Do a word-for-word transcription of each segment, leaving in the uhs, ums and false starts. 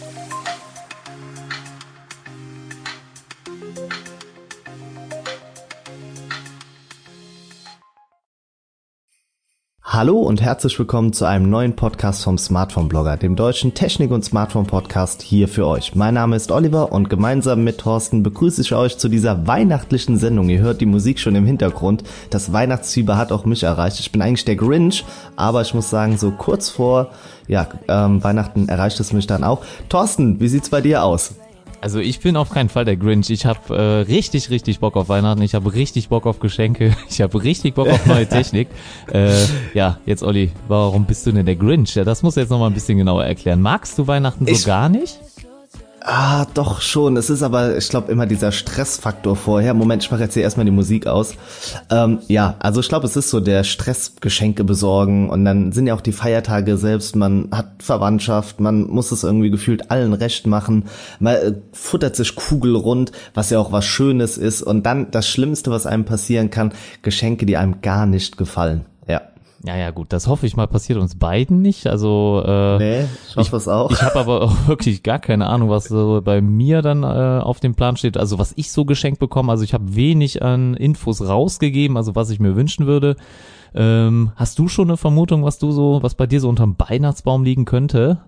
Hallo und herzlich willkommen zu einem neuen Podcast vom Smartphone-Blogger, dem deutschen Technik- und Smartphone-Podcast hier für euch. Mein Name ist Oliver und gemeinsam mit Thorsten begrüße ich euch zu dieser weihnachtlichen Sendung. Ihr hört die Musik schon im Hintergrund. Das Weihnachtsfieber hat auch mich erreicht. Ich bin eigentlich der Grinch, aber ich muss sagen, so kurz vor ja, ähm, Weihnachten erreicht es mich dann auch. Thorsten, wie sieht's bei dir aus? Also ich bin auf keinen Fall der Grinch. Ich habe äh, richtig, richtig Bock auf Weihnachten. Ich habe richtig Bock auf Geschenke. Ich habe richtig Bock auf neue Technik. äh, ja, jetzt Olli, warum bist du denn der Grinch? Ja, das musst du jetzt nochmal ein bisschen genauer erklären. Magst du Weihnachten so ich gar nicht? Ah, doch schon. Es ist aber, ich glaube, immer dieser Stressfaktor vorher. Moment, ich mache jetzt hier erstmal die Musik aus. Ähm, ja, also ich glaube, es ist so der Stress, Geschenke besorgen und dann sind ja auch die Feiertage selbst. Man hat Verwandtschaft, man muss es irgendwie gefühlt allen recht machen. Man äh, futtert sich kugelrund, was ja auch was Schönes ist. Und dann das Schlimmste, was einem passieren kann, Geschenke, die einem gar nicht gefallen. Ja. Ja, ja, gut, das hoffe ich mal, passiert uns beiden nicht. Also äh, nee, ich hoffe es auch. Ich habe aber auch wirklich gar keine Ahnung, was so bei mir dann äh, auf dem Plan steht. Also was ich so geschenkt bekomme. Also ich habe wenig an Infos rausgegeben, also was ich mir wünschen würde. Ähm, hast du schon eine Vermutung, was du so, was bei dir so unterm Weihnachtsbaum liegen könnte?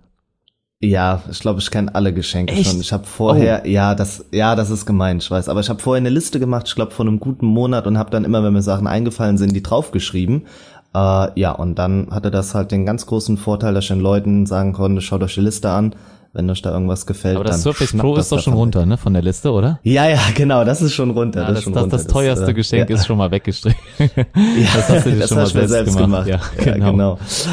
Ja, ich glaube, ich kenne alle Geschenke Echt? schon. Ich habe vorher, Oh. ja, das, ja, das ist gemein, ich weiß, aber ich habe vorher eine Liste gemacht, ich glaube, vor einem guten Monat und habe dann immer, wenn mir Sachen eingefallen sind, die draufgeschrieben. Äh, ja, und dann hatte das halt den ganz großen Vorteil, dass ich den Leuten sagen konnte, schaut euch die Liste an, wenn euch da irgendwas gefällt. Aber das dann Surface schnappt Pro das ist doch schon davon runter, weg. ne, von der Liste, oder? Ja, ja, genau, das ist schon runter. Ja, das, das, ist schon das, runter. das teuerste das, äh, Geschenk ja. ist schon mal weggestrichen. Ja, das hast du dir das schon mal hast du mir selbst, selbst gemacht. gemacht. Ja, genau. Ja, genau.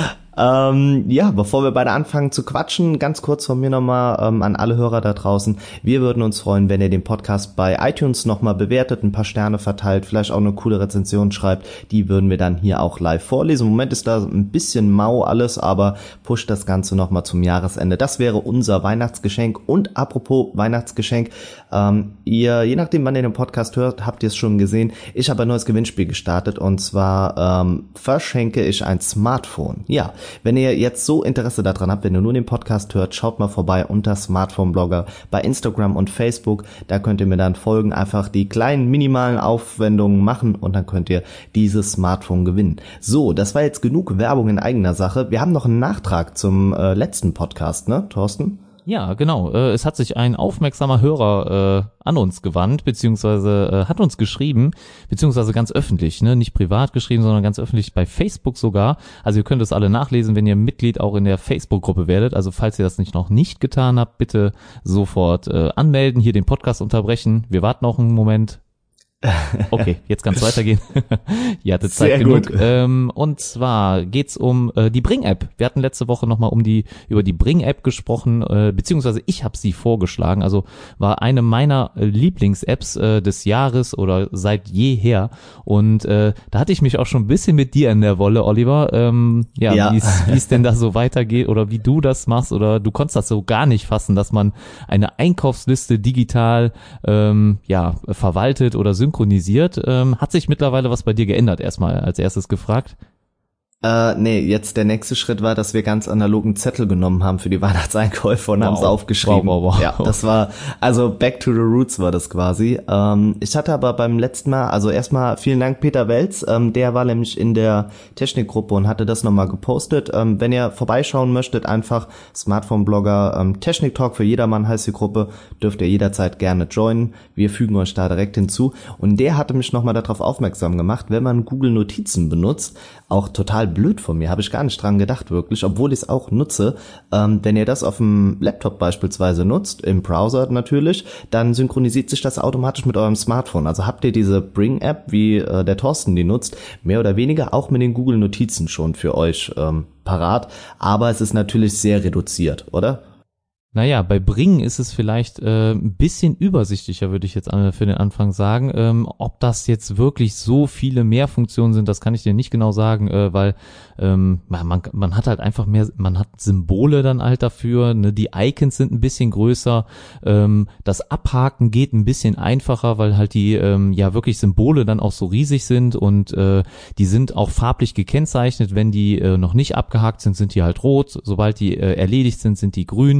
Ähm, ja, bevor wir beide anfangen zu quatschen, ganz kurz von mir nochmal ähm, an alle Hörer da draußen. Wir würden uns freuen, wenn ihr den Podcast bei iTunes nochmal bewertet, ein paar Sterne verteilt, vielleicht auch eine coole Rezension schreibt. Die würden wir dann hier auch live vorlesen. Im Moment ist da ein bisschen mau alles, aber pusht das Ganze nochmal zum Jahresende. Das wäre unser Weihnachtsgeschenk. Und apropos Weihnachtsgeschenk, ähm, ihr, je nachdem, wann ihr den Podcast hört, habt ihr es schon gesehen. Ich habe ein neues Gewinnspiel gestartet und zwar ähm, verschenke ich ein Smartphone. Ja, wenn ihr jetzt so Interesse daran habt, wenn ihr nur den Podcast hört, schaut mal vorbei unter Smartphone-Blogger bei Instagram und Facebook. Da könnt ihr mir dann folgen, einfach die kleinen minimalen Aufwendungen machen und dann könnt ihr dieses Smartphone gewinnen. So, das war jetzt genug Werbung in eigener Sache. Wir haben noch einen Nachtrag zum äh, letzten Podcast, ne, Thorsten? Ja, genau. Äh, es hat sich ein aufmerksamer Hörer äh, an uns gewandt, beziehungsweise äh, hat uns geschrieben, beziehungsweise ganz öffentlich, ne, nicht privat geschrieben, sondern ganz öffentlich bei Facebook sogar. Also ihr könnt es alle nachlesen, wenn ihr Mitglied auch in der Facebook-Gruppe werdet. Also falls ihr das nicht noch nicht getan habt, bitte sofort äh, anmelden, hier den Podcast unterbrechen. Wir warten noch einen Moment. Okay, jetzt kann es weitergehen. Ihr hattet Zeit Sehr genug. gut. Ähm, und zwar geht's um äh, die Bring-App. Wir hatten letzte Woche nochmal um die über die Bring-App gesprochen, äh, beziehungsweise ich habe sie vorgeschlagen. Also war eine meiner äh, Lieblings-Apps äh, des Jahres oder seit jeher. Und äh, da hatte ich mich auch schon ein bisschen mit dir in der Wolle, Oliver. Ähm, ja, Ja. wie es denn da so weitergeht oder wie du das machst oder du konntest das so gar nicht fassen, dass man eine Einkaufsliste digital ähm, ja verwaltet oder synchronisiert. Ähm, hat sich mittlerweile was bei dir geändert, erstmal als erstes gefragt? Äh, nee, jetzt der nächste Schritt war, dass wir ganz analogen Zettel genommen haben für die Weihnachtseinkäufe und Wow. haben es aufgeschrieben. Wow, wow, wow. Ja, das war, also back to the roots war das quasi. Ähm, ich hatte aber beim letzten Mal, also erstmal vielen Dank Peter Welz, ähm, der war nämlich in der Technikgruppe und hatte das nochmal gepostet. Ähm, wenn ihr vorbeischauen möchtet, einfach Smartphone-Blogger, ähm, Technik Talk für jedermann heißt die Gruppe, dürft ihr jederzeit gerne joinen. Wir fügen euch da direkt hinzu. Und der hatte mich nochmal darauf aufmerksam gemacht, wenn man Google Notizen benutzt, auch total blöd von mir, habe ich gar nicht dran gedacht wirklich, obwohl ich es auch nutze. Ähm, wenn ihr das auf dem Laptop beispielsweise nutzt, im Browser natürlich, dann synchronisiert sich das automatisch mit eurem Smartphone. Also habt ihr diese Bring-App, wie äh, der Thorsten die nutzt, mehr oder weniger auch mit den Google Notizen schon für euch ähm, parat. Aber es ist natürlich sehr reduziert, oder? Naja, bei Bring ist es vielleicht äh, ein bisschen übersichtlicher, würde ich jetzt an, für den Anfang sagen. Ähm, ob das jetzt wirklich so viele mehr Funktionen sind, das kann ich dir nicht genau sagen, äh, weil ähm, man, man hat halt einfach mehr, man hat Symbole dann halt dafür, ne? Die Icons sind ein bisschen größer, ähm, das Abhaken geht ein bisschen einfacher, weil halt die ähm, ja wirklich Symbole dann auch so riesig sind und äh, die sind auch farblich gekennzeichnet. Wenn die äh, noch nicht abgehakt sind, sind die halt rot, sobald die äh, erledigt sind, sind die grün und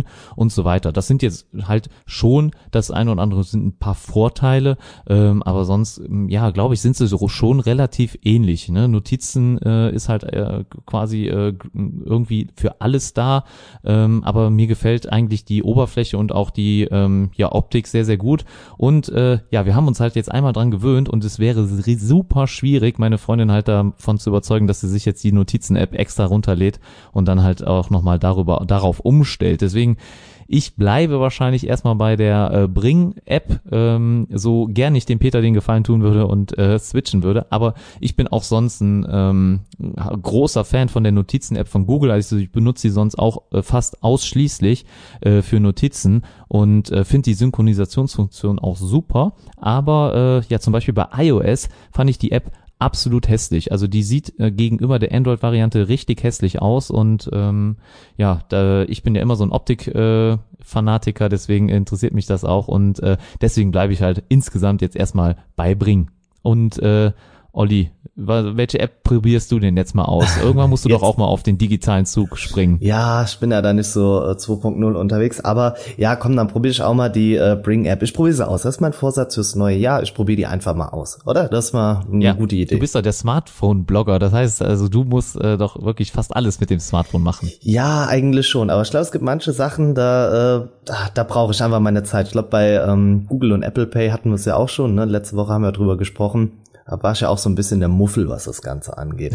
und so weiter. Das sind jetzt halt schon, das eine oder andere sind ein paar Vorteile, ähm, aber sonst, ja, glaube ich, sind sie so schon relativ ähnlich. Ne? Notizen äh, ist halt äh, quasi äh, irgendwie für alles da, ähm, aber mir gefällt eigentlich die Oberfläche und auch die ähm, ja, Optik sehr, sehr gut. Und äh, ja, wir haben uns halt jetzt einmal dran gewöhnt und es wäre super schwierig, meine Freundin halt davon zu überzeugen, dass sie sich jetzt die Notizen-App extra runterlädt und dann halt auch nochmal darüber darauf umstellt. Deswegen, ich bleibe wahrscheinlich erstmal bei der äh, Bring-App, ähm, so gern ich dem Peter den Gefallen tun würde und äh, switchen würde, aber ich bin auch sonst ein ähm, großer Fan von der Notizen-App von Google, also ich benutze sie sonst auch äh, fast ausschließlich äh, für Notizen und äh, finde die Synchronisationsfunktion auch super, aber äh, ja, zum Beispiel bei iOS fand ich die App absolut hässlich. Also die sieht äh, gegenüber der Android-Variante richtig hässlich aus und ähm, ja, da, ich bin ja immer so ein Optik-Fanatiker, äh, deswegen interessiert mich das auch und äh, deswegen bleibe ich halt insgesamt jetzt erstmal bei Bring. Und äh, Olli, welche App probierst du denn jetzt mal aus? Irgendwann musst du doch auch mal auf den digitalen Zug springen. Ja, ich bin ja da nicht so äh, zwei Punkt null unterwegs, aber ja, komm, dann probiere ich auch mal die äh, Bring-App. Ich probiere sie aus. Das ist mein Vorsatz fürs neue Jahr. Ich probiere die einfach mal aus, oder? Das ist mal eine ja, gute Idee. Du bist doch der Smartphone-Blogger. Das heißt, also du musst äh, doch wirklich fast alles mit dem Smartphone machen. Ja, eigentlich schon. Aber ich glaube, es gibt manche Sachen, da äh, da, da brauche ich einfach meine Zeit. Ich glaube, bei ähm, Google und Apple Pay hatten wir es ja auch schon. Ne? Letzte Woche haben wir drüber gesprochen. Da war ich ja auch so ein bisschen der Muffel, was das Ganze angeht.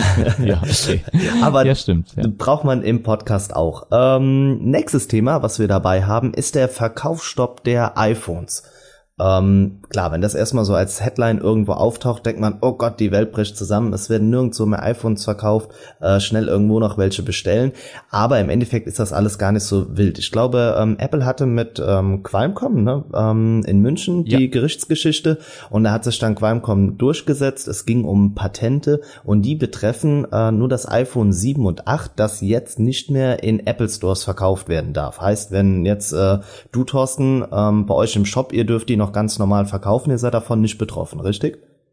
Ja, okay. Aber ja, stimmt, ja. braucht man im Podcast auch. Ähm, nächstes Thema, was wir dabei haben, ist der Verkaufsstopp der iPhones. Ähm, klar, wenn das erstmal so als Headline irgendwo auftaucht, denkt man, oh Gott, die Welt bricht zusammen, es werden nirgendwo mehr iPhones verkauft, äh, schnell irgendwo noch welche bestellen. Aber im Endeffekt ist das alles gar nicht so wild. Ich glaube, ähm, Apple hatte mit ähm, Qualcomm ne, ähm, in München die ja. Gerichtsgeschichte und da hat sich dann Qualcomm durchgesetzt. Es ging um Patente und die betreffen äh, nur das iPhone sieben und acht, das jetzt nicht mehr in Apple Stores verkauft werden darf. Heißt, wenn jetzt äh, du, Thorsten, ähm, bei euch im Shop, ihr dürft die noch ganz normal verkaufen, ihr seid davon nicht betroffen, richtig?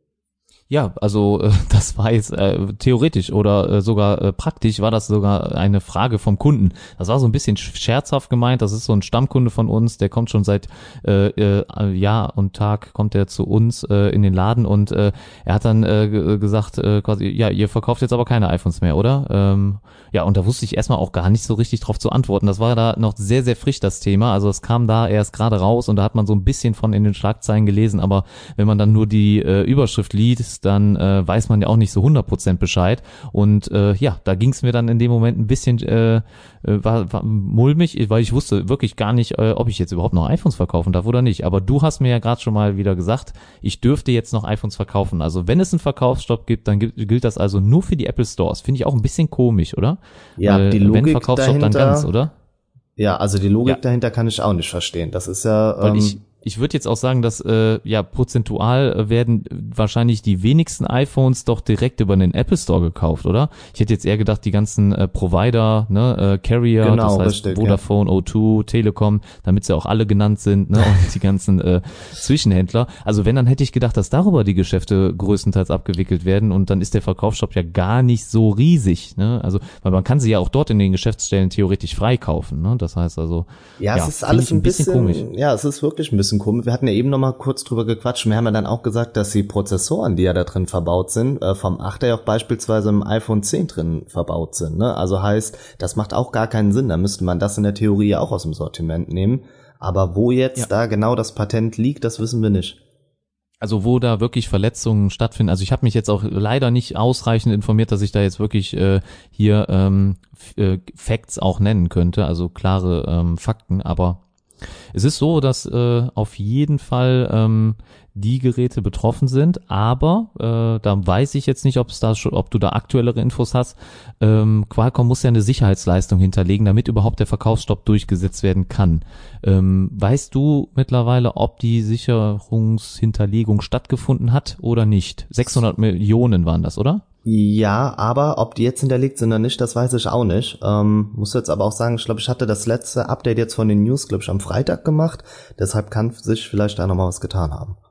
Ja, also äh, das war jetzt äh, theoretisch oder äh, sogar äh, praktisch war das sogar eine Frage vom Kunden. Das war so ein bisschen scherzhaft gemeint, das ist so ein Stammkunde von uns, der kommt schon seit äh, äh, Jahr und Tag, kommt er zu uns äh, in den Laden und äh, er hat dann äh, g- gesagt, äh, quasi, ja, ihr verkauft jetzt aber keine iPhones mehr, oder? Ähm, ja, und da wusste ich erstmal auch gar nicht so richtig drauf zu antworten. Das war da noch sehr, sehr frisch, das Thema. Also es kam da erst gerade raus und da hat man so ein bisschen von in den Schlagzeilen gelesen, aber wenn man dann nur die äh, Überschrift liest, dann äh, weiß man ja auch nicht so hundert Prozent Bescheid. Und äh, ja, da ging es mir dann in dem Moment ein bisschen äh, war, war mulmig, weil ich wusste wirklich gar nicht, äh, ob ich jetzt überhaupt noch iPhones verkaufen darf oder nicht. Aber du hast mir ja gerade schon mal wieder gesagt, ich dürfte jetzt noch iPhones verkaufen. Also wenn es einen Verkaufsstopp gibt, dann gilt, gilt das also nur für die Apple Stores. Finde ich auch ein bisschen komisch, oder? Ja, weil, die Logik wenn Verkaufsstopp dahinter, dann ganz, oder? Ja, also die Logik ja. dahinter kann ich auch nicht verstehen. Das ist ja Weil ähm, ich Ich würde jetzt auch sagen, dass äh, ja prozentual werden wahrscheinlich die wenigsten iPhones doch direkt über den Apple Store gekauft, oder? Ich hätte jetzt eher gedacht, die ganzen äh, Provider, ne, äh, Carrier, genau, das heißt richtig, Vodafone, ja. O zwei, Telekom, damit sie auch alle genannt sind, ne, und die ganzen äh, Zwischenhändler. Also wenn, dann hätte ich gedacht, dass darüber die Geschäfte größtenteils abgewickelt werden und dann ist der Verkaufsstopp ja gar nicht so riesig, ne? Also weil man kann sie ja auch dort in den Geschäftsstellen theoretisch freikaufen, ne? Das heißt also, ja, ja, es ist alles ein bisschen, bisschen komisch. Ja, es ist wirklich ein bisschen komisch. Wir hatten ja eben noch mal kurz drüber gequatscht. Wir haben ja dann auch gesagt, dass die Prozessoren, die ja da drin verbaut sind, äh, vom achter ja auch beispielsweise im iPhone zehn drin verbaut sind. Ne? Also heißt, das macht auch gar keinen Sinn. Da müsste man das in der Theorie auch aus dem Sortiment nehmen. Aber wo jetzt ja. da genau das Patent liegt, das wissen wir nicht. Also wo da wirklich Verletzungen stattfinden. Also ich habe mich jetzt auch leider nicht ausreichend informiert, dass ich da jetzt wirklich äh, hier ähm, f- äh, Facts auch nennen könnte, also klare ähm, Fakten. Aber es ist so, dass äh, auf jeden Fall ähm, die Geräte betroffen sind, aber äh, da weiß ich jetzt nicht, ob es da schon, ob du da aktuellere Infos hast. Ähm, Qualcomm muss ja eine Sicherheitsleistung hinterlegen, damit überhaupt der Verkaufsstopp durchgesetzt werden kann. Ähm, weißt du mittlerweile, ob die Sicherungshinterlegung stattgefunden hat oder nicht? sechshundert Millionen waren das, oder? Ja, aber ob die jetzt hinterlegt sind oder nicht, das weiß ich auch nicht. Ähm, muss jetzt aber auch sagen, ich glaube, ich hatte das letzte Update jetzt von den News, glaube ich, am Freitag gemacht. Deshalb kann sich vielleicht da nochmal was getan haben.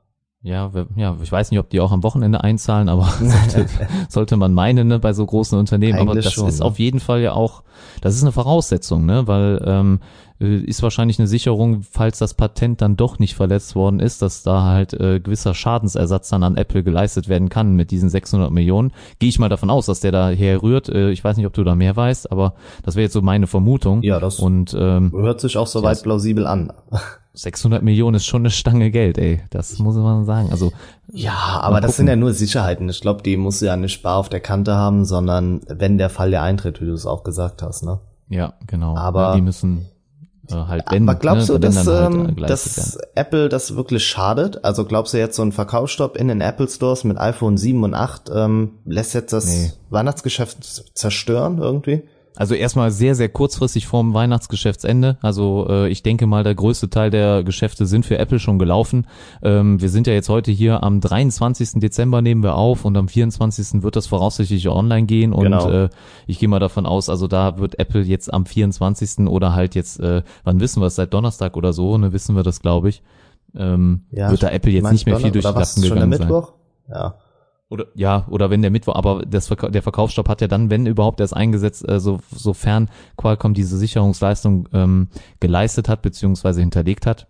Ja, ja, ich weiß nicht, ob die auch am Wochenende einzahlen, aber sollte, sollte man meinen, ne, bei so großen Unternehmen. Eigentlich aber das schon, ist ne? Auf jeden Fall ja auch, das ist eine Voraussetzung, ne, weil ähm, ist wahrscheinlich eine Sicherung, falls das Patent dann doch nicht verletzt worden ist, dass da halt äh, gewisser Schadensersatz dann an Apple geleistet werden kann mit diesen sechshundert Millionen. Gehe ich mal davon aus, dass der da herrührt. Äh, ich weiß nicht, ob du da mehr weißt, aber das wäre jetzt so meine Vermutung. Ja, das und, ähm, hört sich auch soweit ja, plausibel an. sechshundert Millionen ist schon eine Stange Geld, ey. Das muss man sagen. Also ja, aber das sind ja nur Sicherheiten. Ich glaube, die musst du ja nicht bar auf der Kante haben, sondern wenn der Fall ja eintritt, wie du es auch gesagt hast, ne? Ja, genau. Aber ja, die müssen äh, halt wenn. Aber glaubst ne, du, dass, halt, ähm, dass Apple das wirklich schadet? Also glaubst du jetzt, so ein Verkaufsstopp in den Apple Stores mit iPhone sieben und acht ähm, lässt jetzt das nee. Weihnachtsgeschäft zerstören irgendwie? Also erstmal sehr, sehr kurzfristig vorm Weihnachtsgeschäftsende. Also äh, ich denke mal, der größte Teil der Geschäfte sind für Apple schon gelaufen. Ähm, wir sind ja jetzt heute hier am dreiundzwanzigsten Dezember nehmen wir auf und am vierundzwanzigsten wird das voraussichtlich online gehen. Und genau. äh, ich gehe mal davon aus, also da wird Apple jetzt am vierundzwanzigsten oder halt jetzt, äh, wann wissen wir es, seit Donnerstag oder so, ne, wissen wir das, glaube ich, ähm, ja, wird da Apple jetzt nicht mehr viel durch die Lappen gegangen sein. Mittwoch? Ja. Oder ja, oder wenn der Mittwoch, aber das Verka- der Verkaufsstopp hat ja dann, wenn überhaupt, erst eingesetzt, äh, so, sofern Qualcomm diese Sicherungsleistung ähm, geleistet hat, beziehungsweise hinterlegt hat.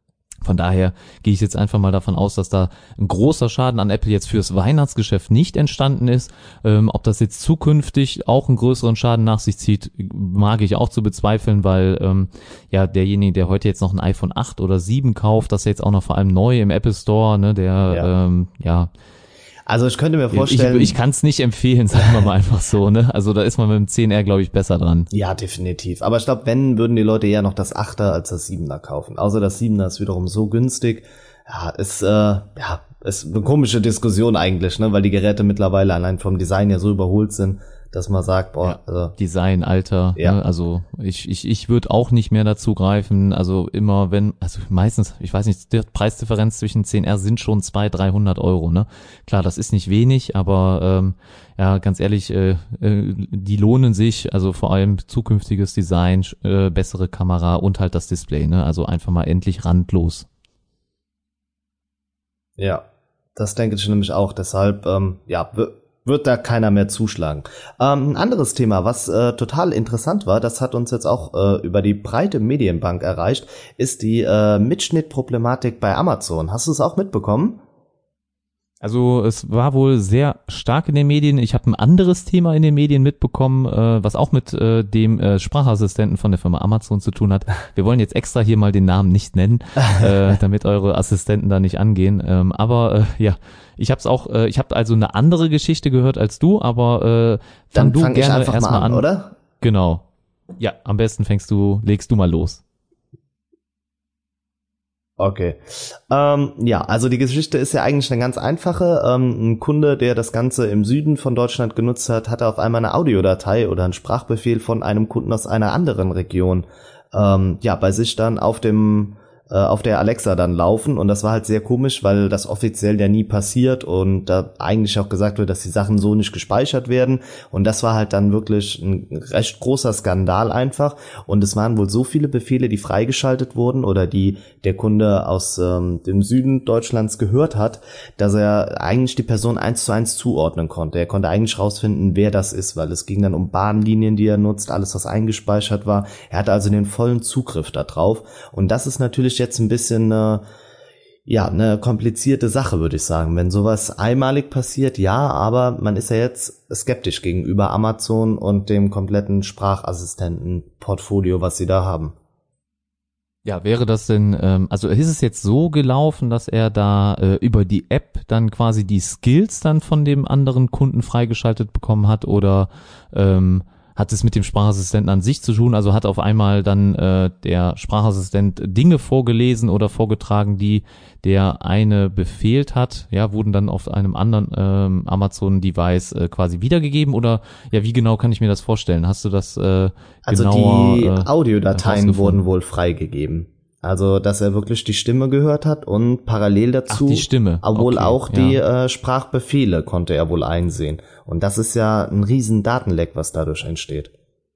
Von daher gehe ich jetzt einfach mal davon aus, dass da ein großer Schaden an Apple jetzt fürs Weihnachtsgeschäft nicht entstanden ist. Ähm, ob das jetzt zukünftig auch einen größeren Schaden nach sich zieht, mag ich auch zu bezweifeln, weil ähm, ja derjenige, der heute jetzt noch ein iPhone acht oder sieben kauft, das jetzt auch noch vor allem neu im Apple Store, ne, der ja, ähm, ja Also ich könnte mir vorstellen... Ich, ich kann es nicht empfehlen, sagen wir mal einfach so, ne? Also da ist man mit dem zehn R, glaube ich, besser dran. Ja, definitiv. Aber ich glaube, wenn, würden die Leute eher noch das achter als das siebener kaufen. Außer das siebener ist wiederum so günstig. Ja, ist, äh, ja, ist eine komische Diskussion eigentlich, ne? Weil die Geräte mittlerweile allein vom Design ja so überholt sind, dass man sagt, boah, ja, also Design, Alter, ja. ne? Also ich ich ich würde auch nicht mehr dazu greifen, also immer wenn, also meistens, ich weiß nicht, die Preisdifferenz zwischen zehn R sind schon zweihundert, dreihundert Euro, ne? Klar, das ist nicht wenig, aber ähm, ja, ganz ehrlich, äh, äh, die lohnen sich, also vor allem zukünftiges Design, äh, bessere Kamera und halt das Display, ne? Also einfach mal endlich randlos. Ja, das denke ich nämlich auch, deshalb, ähm, ja, wird da keiner mehr zuschlagen. Ähm, ein anderes Thema, was äh, total interessant war, das hat uns jetzt auch äh, über die breite Medienbank erreicht, ist die äh, Mitschnittproblematik bei Amazon. Hast du es auch mitbekommen? Also es war wohl sehr stark in den Medien. Ich habe ein anderes Thema in den Medien mitbekommen, äh, was auch mit äh, dem äh, Sprachassistenten von der Firma Amazon zu tun hat. Wir wollen jetzt extra hier mal den Namen nicht nennen, äh, damit eure Assistenten da nicht angehen. Ähm, aber äh, ja, ich habe es auch, äh, ich habe also eine andere Geschichte gehört als du, aber äh, fang Dann du fang gerne erstmal an, an, oder? Genau. Ja, am besten fängst du, legst du mal los. Okay. Ähm, ja, also die Geschichte ist ja eigentlich eine ganz einfache. Ähm, ein Kunde, der das Ganze im Süden von Deutschland genutzt hat, hatte auf einmal eine Audiodatei oder einen Sprachbefehl von einem Kunden aus einer anderen Region ähm, ja bei sich dann auf dem äh, auf der Alexa dann laufen, und das war halt sehr komisch, weil das offiziell ja nie passiert und da eigentlich auch gesagt wird, dass die Sachen so nicht gespeichert werden, und das war halt dann wirklich ein recht großer Skandal einfach, und es waren wohl so viele Befehle, die freigeschaltet wurden oder die der Kunde aus ähm, dem Süden Deutschlands gehört hat, dass er eigentlich die Person eins zu eins zuordnen konnte. Er konnte eigentlich rausfinden, wer das ist, weil es ging dann um Bahnlinien, die er nutzt, alles, was eingespeichert war. Er hatte also den vollen Zugriff da drauf, und das ist natürlich jetzt ein bisschen äh, ja eine komplizierte Sache, würde ich sagen. Wenn sowas einmalig passiert, ja, aber man ist ja jetzt skeptisch gegenüber Amazon und dem kompletten Sprachassistenten-Portfolio, was sie da haben. Ja, wäre das denn, ähm, also ist es jetzt so gelaufen, dass er da äh, über die App dann quasi die Skills dann von dem anderen Kunden freigeschaltet bekommen hat, oder ähm, hat es mit dem Sprachassistenten an sich zu tun? Also hat auf einmal dann äh, der Sprachassistent Dinge vorgelesen oder vorgetragen, die der eine befehlt hat, ja, wurden dann auf einem anderen ähm, Amazon-Device äh, quasi wiedergegeben, oder ja, wie genau kann ich mir das vorstellen? Hast du das äh, Also genauer, die äh, Audiodateien wurden wohl freigegeben. Also, dass er wirklich die Stimme gehört hat, und parallel dazu Ach, die Stimme. wohl okay, auch die ja. äh, Sprachbefehle konnte er wohl einsehen. Und das ist ja ein riesen Datenleck, was dadurch entsteht.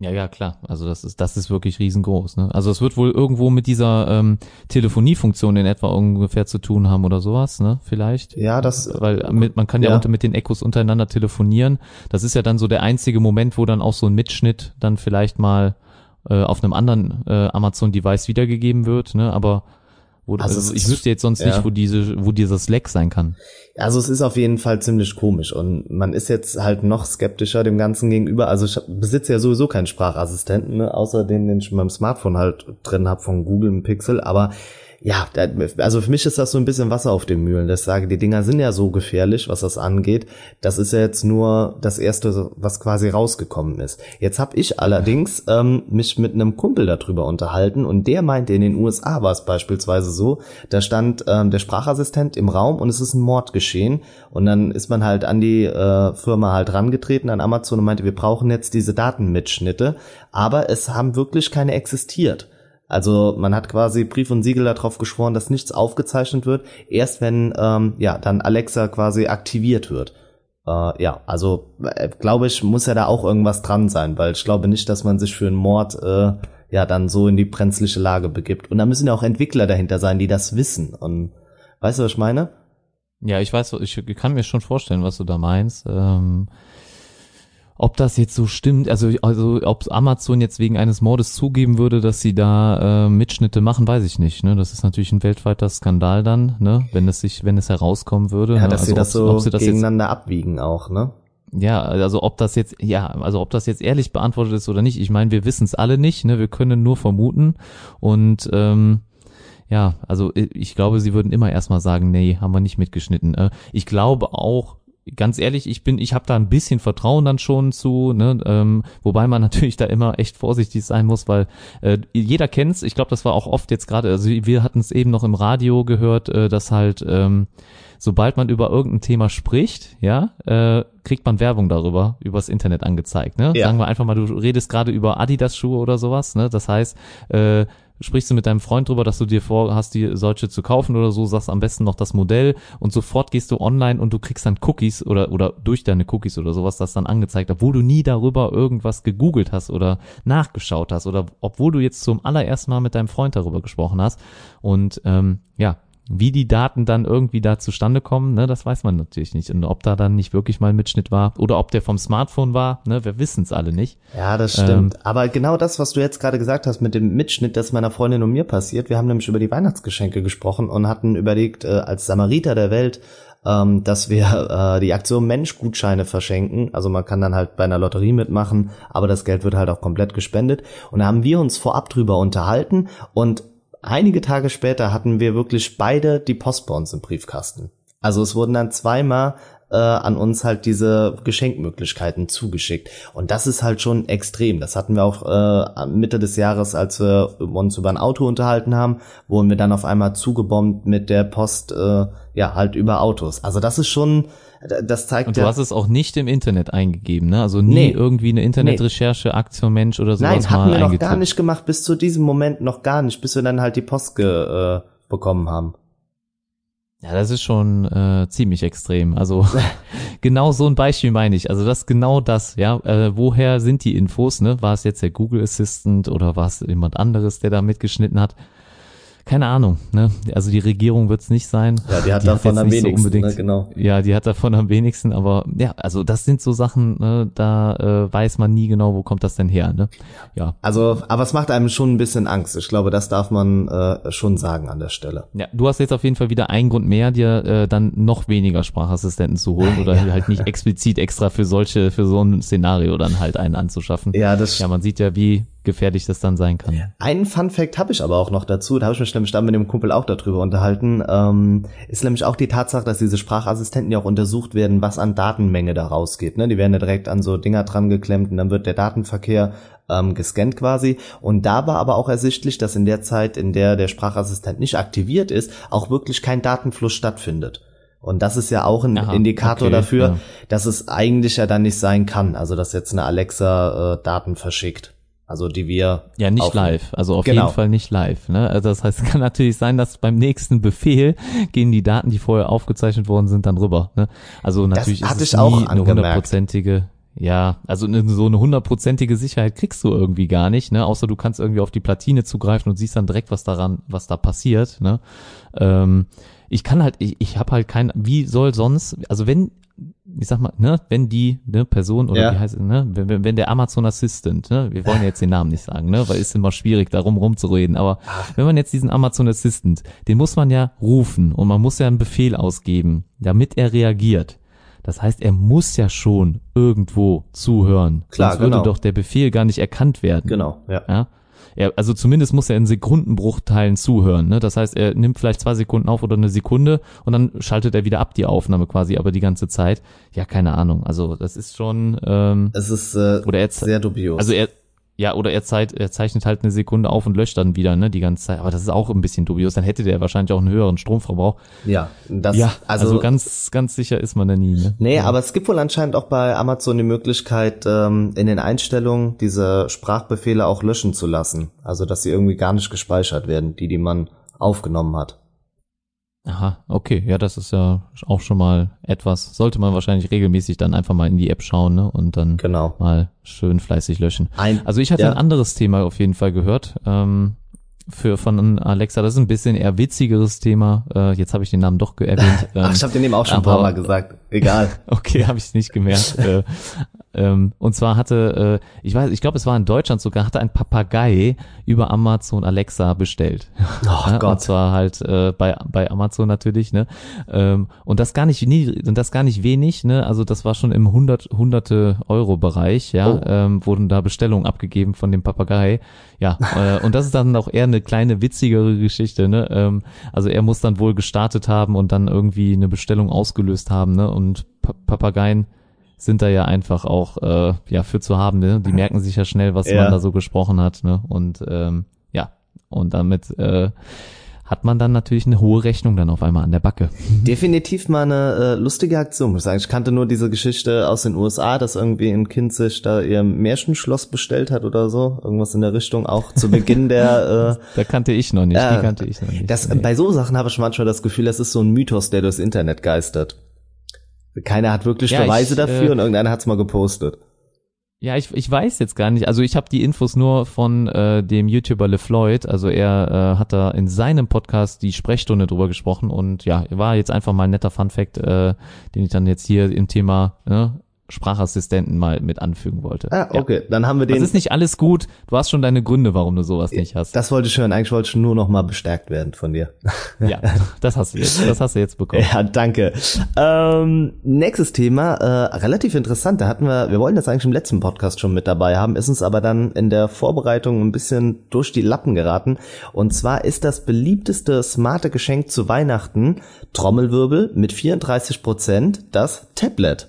Ja, ja, klar. Also das ist, das ist wirklich riesengroß. Ne? Also es wird wohl irgendwo mit dieser ähm, Telefoniefunktion in etwa ungefähr zu tun haben oder sowas, ne? Vielleicht. Ja, das, weil mit, man kann ja, ja. unter mit den Echos untereinander telefonieren. Das ist ja dann so der einzige Moment, wo dann auch so ein Mitschnitt dann vielleicht mal äh, auf einem anderen äh, Amazon-Device wiedergegeben wird. Ne? Aber wo, also also ich wüsste jetzt sonst ja. nicht, wo diese, wo dieser Slack sein kann. Also es ist auf jeden Fall ziemlich komisch und man ist jetzt halt noch skeptischer dem Ganzen gegenüber. Also ich besitze ja sowieso keinen Sprachassistenten, ne, außer den, den ich in meinem Smartphone halt drin habe von Google im Pixel, aber ja, also für mich ist das so ein bisschen Wasser auf den Mühlen. Das sage, die Dinger sind ja so gefährlich, was das angeht. Das ist ja jetzt nur das Erste, was quasi rausgekommen ist. Jetzt habe ich allerdings ähm, mich mit einem Kumpel darüber unterhalten und der meinte, in den U S A war es beispielsweise so, da stand ähm, der Sprachassistent im Raum und es ist ein Mord geschehen und dann ist man halt an die äh, Firma halt rangetreten, an Amazon und meinte, wir brauchen jetzt diese Datenmitschnitte, aber es haben wirklich keine existiert. Also man hat quasi Brief und Siegel darauf geschworen, dass nichts aufgezeichnet wird, erst wenn ähm, ja dann Alexa quasi aktiviert wird. Äh, ja, also äh, glaube ich, muss ja da auch irgendwas dran sein, weil ich glaube nicht, dass man sich für einen Mord äh, ja dann so in die brenzliche Lage begibt. Und da müssen ja auch Entwickler dahinter sein, die das wissen. Und weißt du, was ich meine? Ja, ich weiß, ich kann mir schon vorstellen, was du da meinst. Ähm Ob das jetzt so stimmt, also also ob Amazon jetzt wegen eines Mordes zugeben würde, dass sie da äh, Mitschnitte machen, weiß ich nicht. Ne, das ist natürlich ein weltweiter Skandal dann, ne, wenn es sich, wenn es herauskommen würde. Ja, ne? dass also sie das ob, so ob sie das gegeneinander jetzt, abwiegen auch, ne? Ja, also ob das jetzt, ja, also ob das jetzt ehrlich beantwortet ist oder nicht. Ich meine, wir wissen es alle nicht, ne, wir können nur vermuten und ähm, ja, also ich glaube, sie würden immer erstmal sagen, nee, haben wir nicht mitgeschnitten. Ich glaube auch, ganz ehrlich, ich bin, ich habe da ein bisschen Vertrauen dann schon zu, ne, ähm, wobei man natürlich da immer echt vorsichtig sein muss, weil äh, jeder kennt's. Ich glaube, das war auch oft jetzt gerade, also wir hatten es eben noch im Radio gehört, äh, dass halt ähm, sobald man über irgendein Thema spricht, ja, äh, kriegt man Werbung darüber, übers Internet angezeigt, ne? Ja. Sagen wir einfach mal, du redest gerade über Adidas-Schuhe oder sowas, ne? Das heißt, äh, sprichst du mit deinem Freund drüber, dass du dir vorhast, die solche zu kaufen oder so, sagst am besten noch das Modell und sofort gehst du online und du kriegst dann Cookies oder oder durch deine Cookies oder sowas, das dann angezeigt, obwohl du nie darüber irgendwas gegoogelt hast oder nachgeschaut hast oder obwohl du jetzt zum allerersten Mal mit deinem Freund darüber gesprochen hast und ähm, ja, wie die Daten dann irgendwie da zustande kommen, ne, das weiß man natürlich nicht. Und ob da dann nicht wirklich mal ein Mitschnitt war oder ob der vom Smartphone war, ne, wir wissen es alle nicht. Ja, das stimmt. Ähm, Aber genau das, was du jetzt gerade gesagt hast mit dem Mitschnitt, das meiner Freundin und mir passiert. Wir haben nämlich über die Weihnachtsgeschenke gesprochen und hatten überlegt, äh, als Samariter der Welt, ähm, dass wir äh, die Aktion Mensch-Gutscheine verschenken. Also man kann dann halt bei einer Lotterie mitmachen, aber das Geld wird halt auch komplett gespendet. Und da haben wir uns vorab drüber unterhalten und einige Tage später hatten wir wirklich beide die Post bei uns im Briefkasten. Also es wurden dann zweimal äh, an uns halt diese Geschenkmöglichkeiten zugeschickt. Und das ist halt schon extrem. Das hatten wir auch äh, Mitte des Jahres, als wir uns über ein Auto unterhalten haben, wurden wir dann auf einmal zugebombt mit der Post, äh, ja, halt über Autos. Also das ist schon... Das zeigt und du ja, hast es auch nicht im Internet eingegeben, ne? Also nie nee, irgendwie eine Internetrecherche, Aktion Mensch oder sowas. Nein, hatten mal wir noch eingetippt. gar nicht gemacht, bis zu diesem Moment noch gar nicht, bis wir dann halt die Post ge, äh, bekommen haben. Ja, das ist schon äh, ziemlich extrem. Also genau so ein Beispiel meine ich. Also das genau das, ja. Äh, woher sind die Infos, ne? War es jetzt der Google Assistant oder war es jemand anderes, der da mitgeschnitten hat? Keine Ahnung, ne? Also die Regierung wird's nicht sein. Ja, die hat die davon hat am wenigsten, so unbedingt, ne? Genau. Ja, die hat davon am wenigsten, aber ja, also das sind so Sachen, ne? Da äh, weiß man nie genau, wo kommt das denn her, ne? Ja. Also, aber es macht einem schon ein bisschen Angst. Ich glaube, das darf man äh, schon sagen an der Stelle. Ja, du hast jetzt auf jeden Fall wieder einen Grund mehr, dir äh, dann noch weniger Sprachassistenten zu holen oder ja. halt nicht explizit extra für solche, für so ein Szenario dann halt einen anzuschaffen. Ja, das. Ja, man sieht ja, wie gefährlich das dann sein kann. Einen Fun-Fact habe ich aber auch noch dazu, da habe ich mich nämlich dann mit dem Kumpel auch darüber unterhalten, ähm, ist nämlich auch die Tatsache, dass diese Sprachassistenten ja auch untersucht werden, was an Datenmenge da rausgeht. Ne? Die werden ja direkt an so Dinger dran geklemmt und dann wird der Datenverkehr ähm, gescannt quasi. Und da war aber auch ersichtlich, dass in der Zeit, in der der Sprachassistent nicht aktiviert ist, auch wirklich kein Datenfluss stattfindet. Und das ist ja auch ein Aha, Indikator okay, dafür, ja. dass es eigentlich ja dann nicht sein kann, also dass jetzt eine Alexa äh, Daten verschickt. Also die wir ja nicht aufnehmen. Live, also auf genau. jeden Fall nicht live. Ne? Also das heißt, es kann natürlich sein, dass beim nächsten Befehl gehen die Daten, die vorher aufgezeichnet worden sind, dann rüber. Ne? Also natürlich das ist es nie eine hundertprozentige. Ja, also ne, so eine hundertprozentige Sicherheit kriegst du irgendwie gar nicht, ne? Außer du kannst irgendwie auf die Platine zugreifen und siehst dann direkt, was daran, was da passiert, ne? Ähm, ich kann halt, ich, ich habe halt kein, wie soll sonst, also wenn, ich sag mal, ne, wenn die ne, Person oder Ja. wie heißt es, ne, wenn, wenn der Amazon Assistant, ne, wir wollen ja jetzt den Namen nicht sagen, ne, weil ist immer schwierig, darum rumzureden, aber wenn man jetzt diesen Amazon Assistant, den muss man ja rufen und man muss ja einen Befehl ausgeben, damit er reagiert. Das heißt, er muss ja schon irgendwo zuhören. Klar, sonst würde genau. doch der Befehl gar nicht erkannt werden. Genau, ja. Ja. Er, also zumindest muss er in Sekundenbruchteilen zuhören. Ne? Das heißt, er nimmt vielleicht zwei Sekunden auf oder eine Sekunde und dann schaltet er wieder ab die Aufnahme quasi, aber die ganze Zeit. Ja, keine Ahnung. Also das ist schon. Ähm, Es ist äh, oder er, sehr dubios. Also er, ja, oder er, zeit, er zeichnet halt eine Sekunde auf und löscht dann wieder, ne, die ganze Zeit. Aber das ist auch ein bisschen dubios. Dann hätte der wahrscheinlich auch einen höheren Stromverbrauch. ja, das, Ja, also, also, ganz, ganz sicher ist man da nie. Ne? nee, Ja. aber es gibt wohl anscheinend auch bei Amazon die Möglichkeit, ähm, in den Einstellungen diese Sprachbefehle auch löschen zu lassen. Also, dass sie irgendwie gar nicht gespeichert werden, die, die man aufgenommen hat. Aha, okay, ja, das ist ja auch schon mal etwas. Sollte man wahrscheinlich regelmäßig dann einfach mal in die App schauen, ne, und dann Genau. mal schön fleißig löschen. Ein, Also ich hatte ja. ein anderes Thema auf jeden Fall gehört, ähm, für von Alexa. Das ist ein bisschen eher witzigeres Thema. Äh, jetzt habe ich den Namen doch ge- erwähnt. Ähm, Ach, ich habe den eben auch schon ein paar aber- Mal gesagt. Egal. Okay, habe ich nicht gemerkt. äh, ähm, und zwar hatte, äh, ich weiß, ich glaube, es war in Deutschland sogar, hatte ein Papagei über Amazon Alexa bestellt. Oh Ja, Gott. und zwar halt äh, bei bei Amazon natürlich, ne? Ähm, und das gar nicht nie, und das gar nicht wenig, ne? Also das war schon im hundert hunderte Euro Bereich, ja, Oh. ähm, wurden da Bestellungen abgegeben von dem Papagei. Ja, äh, und das ist dann auch eher eine kleine witzigere Geschichte, ne? Ähm, also er muss dann wohl gestartet haben und dann irgendwie eine Bestellung ausgelöst haben, ne? Und Pa- Papageien sind da ja einfach auch äh, ja für zu haben, ne? Die merken sich ja schnell, was Ja. man da so gesprochen hat, ne? Und ähm, ja, und damit äh, hat man dann natürlich eine hohe Rechnung dann auf einmal an der Backe. Definitiv mal eine äh, lustige Aktion, muss ich sagen. Ich kannte nur diese Geschichte aus den U S A, dass irgendwie ein Kind sich da ihr Märchenschloss bestellt hat oder so. Irgendwas in der Richtung, auch zu Beginn der äh, Da kannte ich noch nicht, Ja, die kannte ich noch nicht. Das, Nee. bei so Sachen habe ich manchmal das Gefühl, das ist so ein Mythos, der durchs Internet geistert. Keiner hat wirklich Ja, Beweise ich, dafür äh, und irgendeiner hat's mal gepostet. Ja, ich, ich weiß jetzt gar nicht. Also ich habe die Infos nur von äh, dem YouTuber LeFloid. Also er äh, hat da in seinem Podcast die Sprechstunde drüber gesprochen und ja, war jetzt einfach mal ein netter Funfact, äh, den ich dann jetzt hier im Thema ne, Sprachassistenten mal mit anfügen wollte. Ah, okay, dann haben wir Das den. ist nicht alles gut. Du hast schon deine Gründe, warum du sowas nicht hast. Das wollte ich hören. Eigentlich wollte ich nur noch mal bestärkt werden von dir. Ja, das hast du jetzt. Das hast du jetzt bekommen. Ja, danke. Ähm, nächstes Thema, äh, relativ interessant. Da hatten wir, wir wollten das eigentlich im letzten Podcast schon mit dabei haben, ist uns aber dann in der Vorbereitung ein bisschen durch die Lappen geraten. Und zwar ist das beliebteste smarte Geschenk zu Weihnachten, Trommelwirbel, mit vierunddreißig Prozent das Tablet.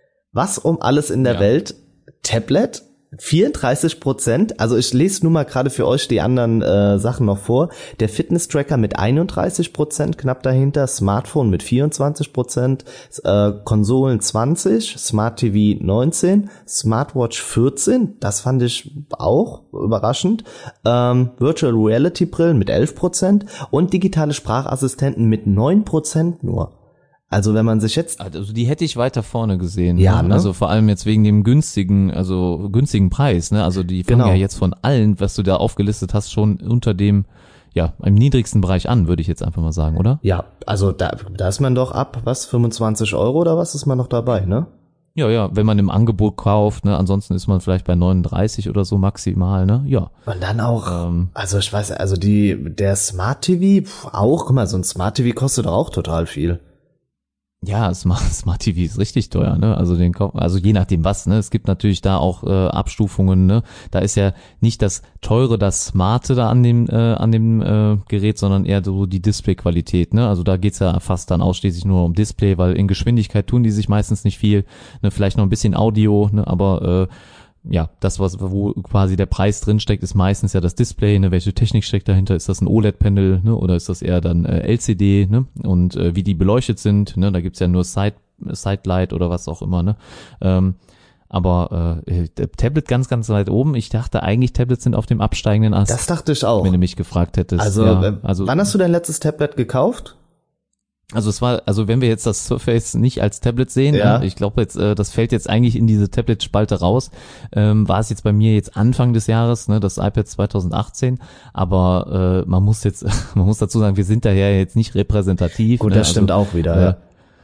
Was um alles in der Ja. Welt? Tablet? vierunddreißig Prozent, also ich lese nur mal gerade für euch die anderen äh, Sachen noch vor. Der Fitness-Tracker mit einunddreißig Prozent knapp dahinter, Smartphone mit vierundzwanzig Prozent, äh, Konsolen zwanzig, Smart T V neunzehn, Smartwatch vierzehn, das fand ich auch überraschend, ähm, Virtual Reality Brillen mit elf Prozent und digitale Sprachassistenten mit neun Prozent nur. Also wenn man sich jetzt Also die hätte ich weiter vorne gesehen. Ja, ne? ne? Also vor allem jetzt wegen dem günstigen, also günstigen Preis. Ne? Also die fangen Genau. ja jetzt von allen, was du da aufgelistet hast, schon unter dem, ja, im niedrigsten Bereich an, würde ich jetzt einfach mal sagen, oder? ja, also da, da ist man doch ab, was, fünfundzwanzig Euro oder was ist man noch dabei, ne? Ja, ja, wenn man im Angebot kauft, ne, ansonsten ist man vielleicht bei neununddreißig oder so maximal, ne? Ja. Und dann auch, Ähm, also ich weiß, also die, der Smart T V pf, auch, guck mal, so ein Smart T V kostet doch auch total viel. Ja, Smart, Smart T V ist richtig teuer, ne? Also den Kauf- also je nachdem was, ne? Es gibt natürlich da auch äh, Abstufungen, ne? Da ist ja nicht das teure, das Smarte da an dem äh, an dem äh, Gerät, sondern eher so die Displayqualität, ne? Also da geht's ja fast dann ausschließlich nur um Display, weil in Geschwindigkeit tun die sich meistens nicht viel, ne? Vielleicht noch ein bisschen Audio, ne? Aber äh, ja, das, was wo quasi der Preis drinsteckt, ist meistens ja das Display, ne, welche Technik steckt dahinter, ist das ein O L E D-Panel, ne, oder ist das eher dann äh, L C D, ne, und äh, wie die beleuchtet sind, ne, da gibt's ja nur Side, Sidelight oder was auch immer, ne, ähm, aber äh, der Tablet ganz, ganz weit oben, ich dachte eigentlich, Tablets sind auf dem absteigenden Ast, Das dachte ich auch. wenn du mich gefragt hättest. Also, ja, äh, also wann hast du dein letztes Tablet gekauft? Also es war, also wenn wir jetzt das Surface nicht als Tablet sehen, ja. äh, ich glaube jetzt, äh, das fällt jetzt eigentlich in diese Tablet-Spalte raus, ähm, war es jetzt bei mir jetzt Anfang des Jahres, ne, das iPad zwanzig achtzehn, aber äh, man muss jetzt, man muss dazu sagen, wir sind da ja jetzt nicht repräsentativ. Gut, ne? das stimmt also, auch wieder, äh, ja.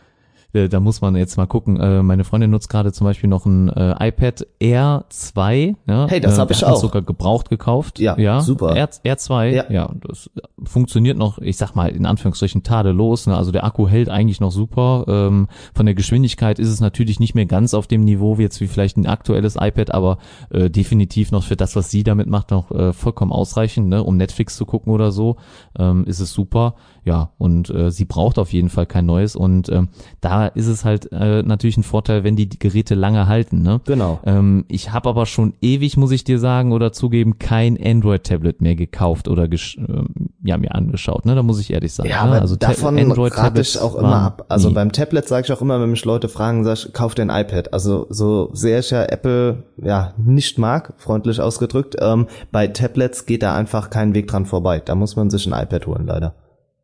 Da muss man jetzt mal gucken. Meine Freundin nutzt gerade zum Beispiel noch ein äh, iPad Air zwei. Ja, hey, das äh, habe ich wir hatten auch. sogar gebraucht gekauft. Ja, ja super. Air, Air zwei, ja. ja, das funktioniert noch, ich sag mal in Anführungsstrichen tadellos. Ne? Also der Akku hält eigentlich noch super. Ähm, von der Geschwindigkeit ist es natürlich nicht mehr ganz auf dem Niveau wie jetzt wie vielleicht ein aktuelles iPad, aber äh, definitiv noch für das, was sie damit macht, noch äh, vollkommen ausreichend. Ne? Um Netflix zu gucken oder so, ähm, ist es super. Ja, und äh, sie braucht auf jeden Fall kein neues und ähm, da ist es halt äh, natürlich ein Vorteil, wenn die, die Geräte lange halten. Ne? Genau. Ähm, ich habe aber schon ewig, muss ich dir sagen oder zugeben, kein Android-Tablet mehr gekauft oder gesch- äh, ja mir angeschaut. Ne, da muss ich ehrlich sagen. Ja, ne? aber also davon rate ich auch immer ab. Also nie. Beim Tablet sage ich auch immer, wenn mich Leute fragen, sag ich, kauf dir ein iPad. Also so sehr ich ja Apple ja nicht mag, freundlich ausgedrückt, ähm, bei Tablets geht da einfach kein Weg dran vorbei. Da muss man sich ein iPad holen, leider.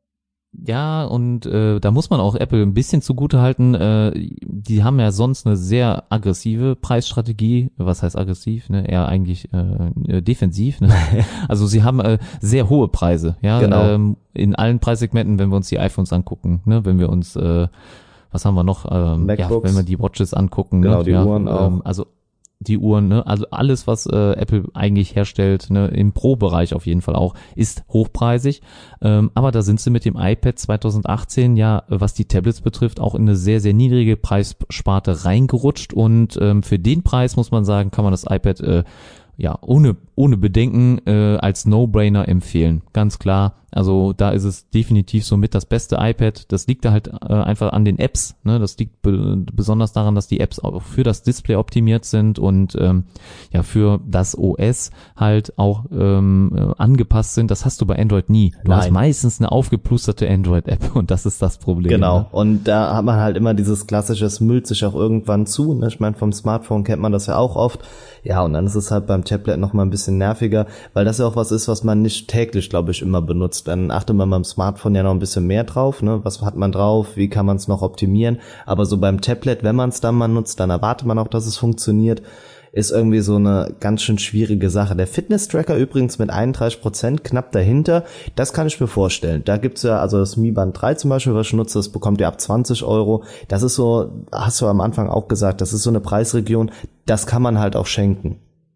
Ja, und äh, da muss man auch Apple ein bisschen zugutehalten. Äh, die haben ja sonst eine sehr aggressive Preisstrategie. Was heißt aggressiv? Ne? Eher eigentlich äh, defensiv. Ne? Also sie haben äh, sehr hohe Preise. Ja, genau. ähm, in allen Preissegmenten, wenn wir uns die iPhones angucken. Ne? Wenn wir uns, äh, was haben wir noch? Ähm, ja, wenn wir die Watches angucken. Genau, ne? die ja, Uhren auch. Ähm, also die Uhren, ne, also alles, was äh, Apple eigentlich herstellt, ne, im Pro-Bereich auf jeden Fall auch, ist hochpreisig. Ähm, aber da sind sie mit dem iPad zwanzig achtzehn ja, was die Tablets betrifft, auch in eine sehr, sehr niedrige Preissparte reingerutscht. Und ähm, für den Preis, muss man sagen, kann man das iPad äh, ja ohne ohne Bedenken äh, als No-Brainer empfehlen. Ganz klar. Also da ist es definitiv somit das beste iPad. Das liegt da halt äh, einfach an den Apps. Ne? Das liegt be- besonders daran, dass die Apps auch für das Display optimiert sind und ähm, ja für das O S halt auch ähm, äh, angepasst sind. Das hast du bei Android nie. Du Nein. hast meistens eine aufgeplusterte Android-App und das ist das Problem. Genau. Ne? Und da hat man halt immer dieses klassische, es müllt sich auch irgendwann zu. Ne? Ich meine, vom Smartphone kennt man das ja auch oft. Ja, und dann ist es halt beim Tablet noch mal ein bisschen nerviger, weil das ja auch was ist, was man nicht täglich, glaube ich, immer benutzt. Dann achtet man beim Smartphone ja noch ein bisschen mehr drauf, ne? Was hat man drauf? Wie kann man es noch optimieren? Aber so beim Tablet, wenn man es dann mal nutzt, dann erwartet man auch, dass es funktioniert. Ist irgendwie so eine ganz schön schwierige Sache. Der Fitness-Tracker übrigens mit einunddreißig Prozent knapp dahinter, das kann ich mir vorstellen. Da gibt's ja, also das Mi Band drei zum Beispiel, was ich nutze, das bekommt ihr ab zwanzig Euro. Das ist so, hast du am Anfang auch gesagt, das ist so eine Preisregion, das kann man halt auch schenken.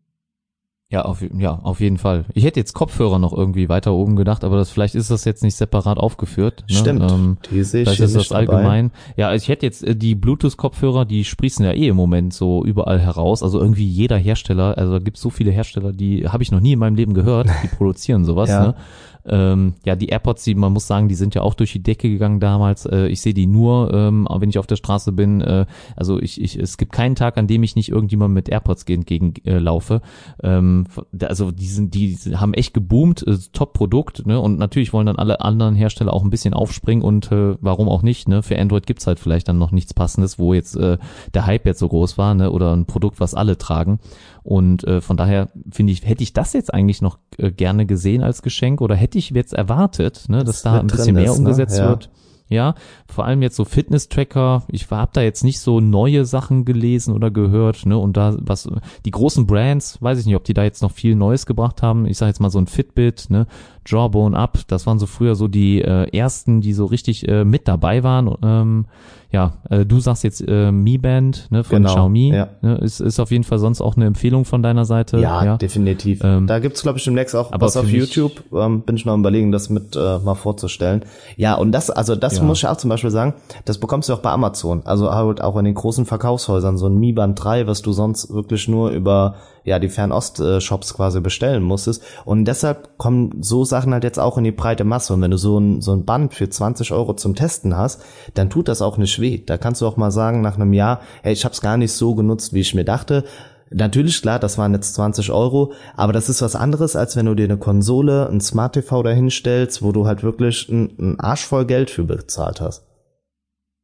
Ja, auf, ja, auf jeden Fall. Ich hätte jetzt Kopfhörer noch irgendwie weiter oben gedacht, aber das vielleicht ist das jetzt nicht separat aufgeführt. Ne? Stimmt, ähm, die sehe ich vielleicht hier ist nicht das allgemein. Dabei. Ja, ich hätte jetzt äh, die Bluetooth-Kopfhörer, die sprießen ja eh im Moment so überall heraus. Also irgendwie jeder Hersteller, also da gibt es so viele Hersteller, die habe ich noch nie in meinem Leben gehört, die produzieren sowas. Ja. Ne? Ähm, ja, die AirPods, die, man muss sagen, die sind ja auch durch die Decke gegangen damals. Äh, ich sehe die nur, ähm, wenn ich auf der Straße bin. Äh, also ich, ich, es gibt keinen Tag, an dem ich nicht irgendjemand mit AirPods entgegen äh, laufe. Ähm, also die sind, die haben echt geboomt, äh, Top-Produkt, ne? Und natürlich wollen dann alle anderen Hersteller auch ein bisschen aufspringen und äh, warum auch nicht, ne? Für Android gibt's halt vielleicht dann noch nichts Passendes, wo jetzt äh, der Hype jetzt so groß war, ne? Oder ein Produkt, was alle tragen. Und äh, von daher finde ich, hätte ich das jetzt eigentlich noch äh, gerne gesehen als Geschenk oder hätte ich jetzt erwartet, ne, dass das da ein bisschen mehr ist, umgesetzt ne? Ja. wird. Ja, vor allem jetzt so Fitness-Tracker. Ich habe da jetzt nicht so neue Sachen gelesen oder gehört, ne? Und da was die großen Brands, weiß ich nicht, ob die da jetzt noch viel Neues gebracht haben. Ich sage jetzt mal so ein Fitbit, ne? Jawbone Up, das waren so früher so die äh, ersten, die so richtig äh, mit dabei waren. Ähm, ja, äh, du sagst jetzt äh, Mi Band, ne, von Genau, Xiaomi, ja. ne, ist ist auf jeden Fall sonst auch eine Empfehlung von deiner Seite. Ja, ja. definitiv. Ähm, da gibt's glaube ich demnächst auch aber was auf für mich- YouTube. Ähm, bin ich noch am Überlegen, das mit äh, mal vorzustellen. Ja, und das, also das Ja. muss ich auch zum Beispiel sagen, das bekommst du auch bei Amazon. Also halt auch in den großen Verkaufshäusern so ein Mi Band drei, was du sonst wirklich nur über ja die Fernost-Shops quasi bestellen musstest. Und deshalb kommen so Sachen halt jetzt auch in die breite Masse. Und wenn du so ein so ein Band für zwanzig Euro zum Testen hast, dann tut das auch nicht weh. Da kannst du auch mal sagen nach einem Jahr, hey, ich habe es gar nicht so genutzt, wie ich mir dachte. Natürlich, klar, das waren jetzt zwanzig Euro, aber das ist was anderes, als wenn du dir eine Konsole, ein Smart T V dahinstellst, wo du halt wirklich ein, ein Arsch voll Geld für bezahlt hast. Ja,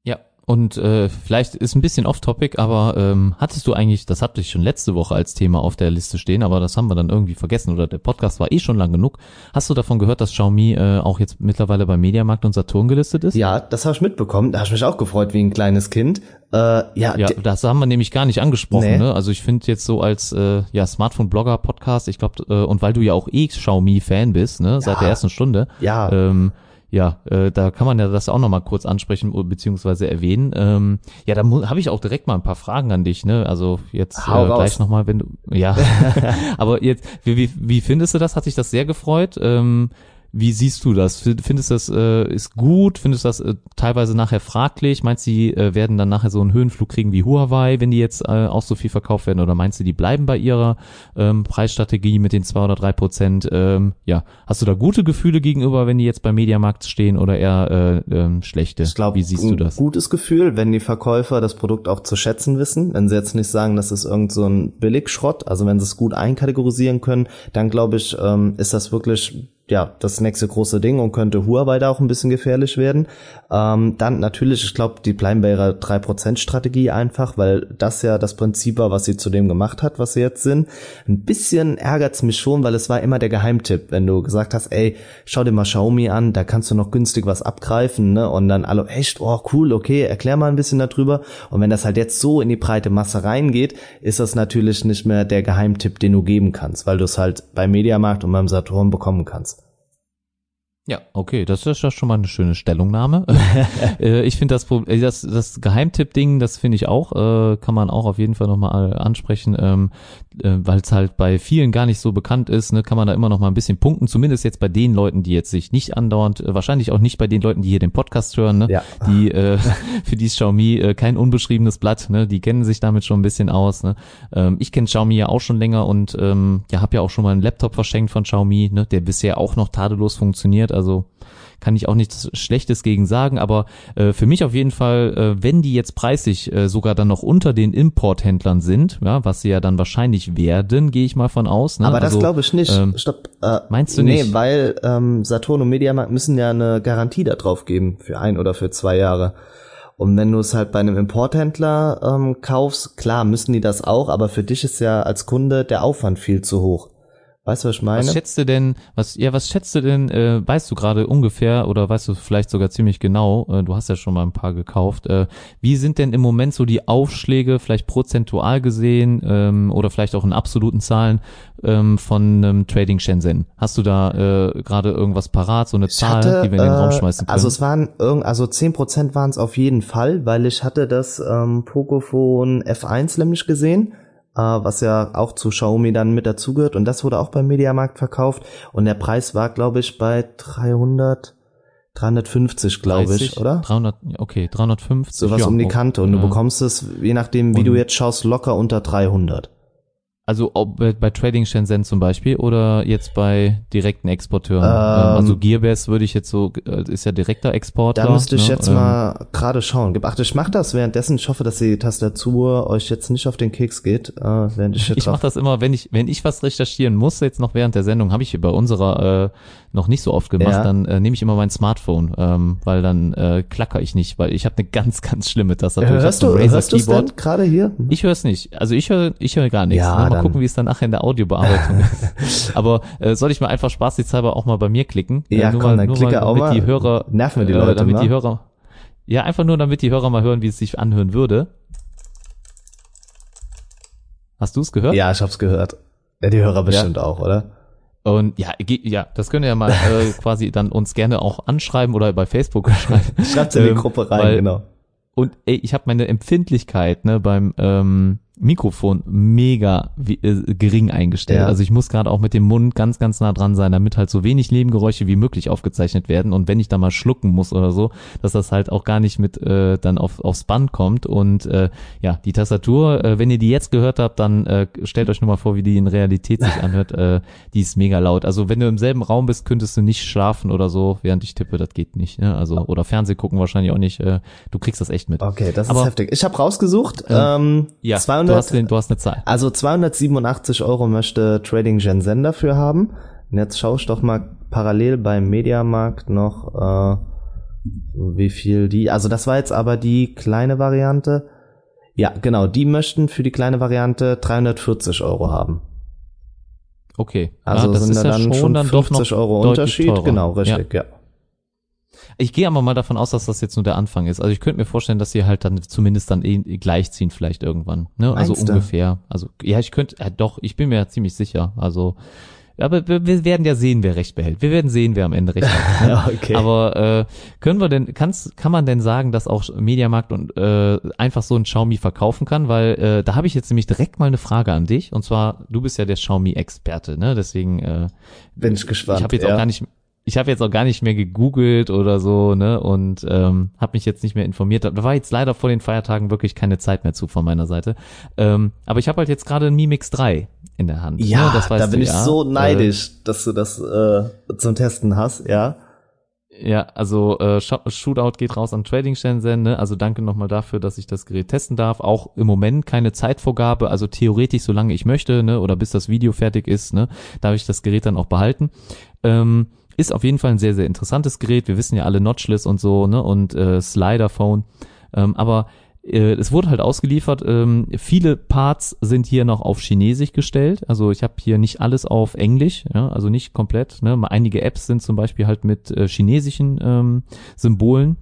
Und äh, vielleicht ist ein bisschen off-topic, aber ähm, hattest du eigentlich, das hatte ich schon letzte Woche als Thema auf der Liste stehen, aber das haben wir dann irgendwie vergessen oder der Podcast war eh schon lang genug. Hast du davon gehört, dass Xiaomi äh, auch jetzt mittlerweile bei Mediamarkt und Saturn gelistet ist? Ja, das habe ich mitbekommen. Da habe ich mich auch gefreut wie ein kleines Kind. Äh, ja, ja, das haben wir nämlich gar nicht angesprochen. Nee. Ne? Also ich finde jetzt so als äh, ja Smartphone-Blogger-Podcast, ich glaube, äh, und weil du ja auch eh Xiaomi-Fan bist, ne, seit ja. der ersten Stunde. Ja. Ähm, Ja, äh, da kann man ja das auch nochmal kurz ansprechen beziehungsweise erwähnen. Ähm, ja, da habe ich auch direkt mal ein paar Fragen an dich, ne? Also jetzt äh, gleich nochmal, wenn du, ja. Aber jetzt, wie, wie, wie findest du das? Hat dich das sehr gefreut? Ähm, Wie siehst du das? Findest du das äh, ist gut? Findest du das äh, teilweise nachher fraglich? Meinst du, die äh, werden dann nachher so einen Höhenflug kriegen wie Huawei, wenn die jetzt äh, auch so viel verkauft werden? Oder meinst du, die bleiben bei ihrer ähm, Preisstrategie mit den zwei oder drei Prozent? Ähm, ja, hast du da gute Gefühle gegenüber, wenn die jetzt beim Mediamarkt stehen oder eher äh, ähm, schlechte? Ich glaube, wie siehst du das? Ein gutes Gefühl, wenn die Verkäufer das Produkt auch zu schätzen wissen. Wenn sie jetzt nicht sagen, das ist irgend so ein Billigschrott, also wenn sie es gut einkategorisieren können, dann glaube ich, ähm, ist das wirklich ja, das nächste große Ding und könnte Huawei da auch ein bisschen gefährlich werden. Ähm, dann natürlich, ich glaube, die bleiben bei ihrer drei Prozent Strategie einfach, weil das ja das Prinzip war, was sie zu dem gemacht hat, was sie jetzt sind. Ein bisschen ärgert's mich schon, weil es war immer der Geheimtipp, wenn du gesagt hast, ey, schau dir mal Xiaomi an, da kannst du noch günstig was abgreifen, ne? Und dann alle, echt, oh cool, okay, erklär mal ein bisschen darüber. Und wenn das halt jetzt so in die breite Masse reingeht, ist das natürlich nicht mehr der Geheimtipp, den du geben kannst, weil du es halt beim Mediamarkt und beim Saturn bekommen kannst. Ja, okay, das ist ja schon mal eine schöne Stellungnahme. äh, ich finde das, das das Geheimtipp-Ding, das finde ich auch, äh, kann man auch auf jeden Fall nochmal ansprechen, ähm, äh, weil es halt bei vielen gar nicht so bekannt ist, ne, kann man da immer noch mal ein bisschen punkten, zumindest jetzt bei den Leuten, die jetzt sich nicht andauernd, äh, wahrscheinlich auch nicht bei den Leuten, die hier den Podcast hören, ne, ja. die äh, für die Xiaomi äh, kein unbeschriebenes Blatt, ne, die kennen sich damit schon ein bisschen aus, ne. Ähm, ich kenne Xiaomi ja auch schon länger und ähm, ja, habe ja auch schon mal einen Laptop verschenkt von Xiaomi, ne, der bisher auch noch tadellos funktioniert. Also kann ich auch nichts Schlechtes gegen sagen, aber äh, für mich auf jeden Fall, äh, wenn die jetzt preislich äh, sogar dann noch unter den Importhändlern sind, ja, was sie ja dann wahrscheinlich werden, gehe ich mal von aus. Ne? Aber das also, glaube ich nicht. Ähm, Stopp. Äh, meinst du nee, nicht? Nee, weil ähm, Saturn und Mediamarkt müssen ja eine Garantie da drauf geben für ein oder für zwei Jahre. Und wenn du es halt bei einem Importhändler ähm, kaufst, klar müssen die das auch, aber für dich ist ja als Kunde der Aufwand viel zu hoch. Weißt du, was ich meine? Was schätzt du denn, was, ja, was schätzt du denn, äh, weißt du gerade ungefähr oder weißt du vielleicht sogar ziemlich genau, äh, du hast ja schon mal ein paar gekauft, äh, wie sind denn im Moment so die Aufschläge, vielleicht prozentual gesehen, ähm, oder vielleicht auch in absoluten Zahlen, ähm, von ähm, Trading Shenzhen? Hast du da äh, gerade irgendwas parat, so eine Zahl, hatte, die wir in den äh, Raum schmeißen können? Also es waren irgend, also zehn Prozent waren es auf jeden Fall, weil ich hatte das ähm, Pocophone F eins nämlich gesehen, was ja auch zu Xiaomi dann mit dazugehört und das wurde auch beim Mediamarkt verkauft und der Preis war, glaube ich, bei dreihundert, dreihundertfünfzig, glaube ich, oder? dreihundert, okay, dreihundertfünfzig. Sowas ja, um die Kante und ja. Du bekommst es, je nachdem, wie und du jetzt schaust, locker unter dreihundert. Also ob bei Trading Shenzhen zum Beispiel oder jetzt bei direkten Exporteuren? Ähm, also Gearbest würde ich jetzt so, ist ja direkter Exporter. Da müsste ich ne? jetzt ähm, mal gerade schauen. Ach, ich mache das währenddessen. Ich hoffe, dass die Tastatur euch jetzt nicht auf den Keks geht. Äh, während ich ich mache das immer, wenn ich wenn ich was recherchieren muss, jetzt noch während der Sendung, habe ich bei unserer äh, noch nicht so oft gemacht, ja. dann äh, nehme ich immer mein Smartphone, ähm, weil dann äh, klacker ich nicht, weil ich habe eine ganz, ganz schlimme Tastatur. Ja, hörst du hörst du's denn gerade hier? Ich höre es nicht. Also ich höre ich höre gar nichts. Ja, ne? Mal gucken, wie es dann nachher in der Audiobearbeitung ist. Aber äh, soll ich mal einfach spaßeshalber auch mal bei mir klicken? Ja, äh, nur komm, mal, dann nur klicke mal, auch damit mal. Die Hörer, nerven wir die Leute äh, damit mal. die Hörer, ja, einfach nur, damit die Hörer mal hören, wie es sich anhören würde. Hast du es gehört? Ja, ich hab's gehört. Ja, die Hörer bestimmt ja. auch, oder? Und ja, ja, das könnt ihr ja mal äh, quasi dann uns gerne auch anschreiben oder bei Facebook schreiben. Schreibt's in die ähm, Gruppe rein, weil, genau. Und ey, ich habe meine Empfindlichkeit ne beim ähm, Mikrofon mega wie, äh, gering eingestellt. Ja. Also ich muss gerade auch mit dem Mund ganz, ganz nah dran sein, damit halt so wenig Nebengeräusche wie möglich aufgezeichnet werden. Und wenn ich da mal schlucken muss oder so, dass das halt auch gar nicht mit äh, dann auf, aufs Band kommt. Und äh, ja, die Tastatur, äh, wenn ihr die jetzt gehört habt, dann äh, stellt euch nur mal vor, wie die in Realität sich anhört. äh, die ist mega laut. Also wenn du im selben Raum bist, könntest du nicht schlafen oder so, während ich tippe, das geht nicht. Ne? Also oder Fernseh gucken wahrscheinlich auch nicht. Äh, du kriegst das echt mit. Okay, das Aber, ist heftig. Ich habe rausgesucht, ähm, ähm, ja, zweihundert Du hast, den, du hast eine Zahl. Also zweihundertsiebenundachtzig Euro möchte Trading Shenzhen dafür haben. Und jetzt schaue ich doch mal parallel beim Mediamarkt noch, äh, wie viel die, also das war jetzt aber die kleine Variante. Ja, genau, die möchten für die kleine Variante dreihundertvierzig Euro haben. Okay. Also ja, das sind ist da ja dann schon schon dann fünfzig doch noch Euro deutlich Unterschied. teurer. Genau, richtig, ja. ja. Ich gehe aber mal davon aus, dass das jetzt nur der Anfang ist. Also ich könnte mir vorstellen, dass sie halt dann zumindest dann eh gleichziehen vielleicht irgendwann. Ne? Also Meinst du? ungefähr. Also ja, ich könnte, ja, doch, ich bin mir ja ziemlich sicher. Also aber wir, wir werden ja sehen, wer Recht behält. Wir werden sehen, wer am Ende Recht hat. Ne? Ja, okay. Aber äh, können wir denn, kann's, kann man denn sagen, dass auch Mediamarkt und äh, einfach so ein Xiaomi verkaufen kann? Weil äh, da habe ich jetzt nämlich direkt mal eine Frage an dich. Und zwar, du bist ja der Xiaomi-Experte, ne? Deswegen äh, bin ich gespannt. Ich habe jetzt ja. auch gar nicht Ich habe jetzt auch gar nicht mehr gegoogelt oder so, ne, und ähm, habe mich jetzt nicht mehr informiert. Da war jetzt leider vor den Feiertagen wirklich keine Zeit mehr zu von meiner Seite. Ähm, aber ich habe halt jetzt gerade ein Mi Mix drei in der Hand. Ja, ne, das weißt da bin du, ich ja. so neidisch, äh, dass du das äh, zum Testen hast, ja. Ja, also äh, Shootout geht raus an Trading Shenzhen, ne? Also danke nochmal dafür, dass ich das Gerät testen darf. Auch im Moment keine Zeitvorgabe, also theoretisch solange ich möchte, ne, oder bis das Video fertig ist, ne, darf ich das Gerät dann auch behalten. Ähm, Ist auf jeden Fall ein sehr, sehr interessantes Gerät. Wir wissen ja alle Notchless und so, ne, und äh, Slider-Phone. Ähm, aber äh, es wurde halt ausgeliefert. Ähm, viele Parts sind hier noch auf Chinesisch gestellt. Also ich habe hier nicht alles auf Englisch, ja, also nicht komplett. Ne. Einige Apps sind zum Beispiel halt mit äh, chinesischen ähm, Symbolen.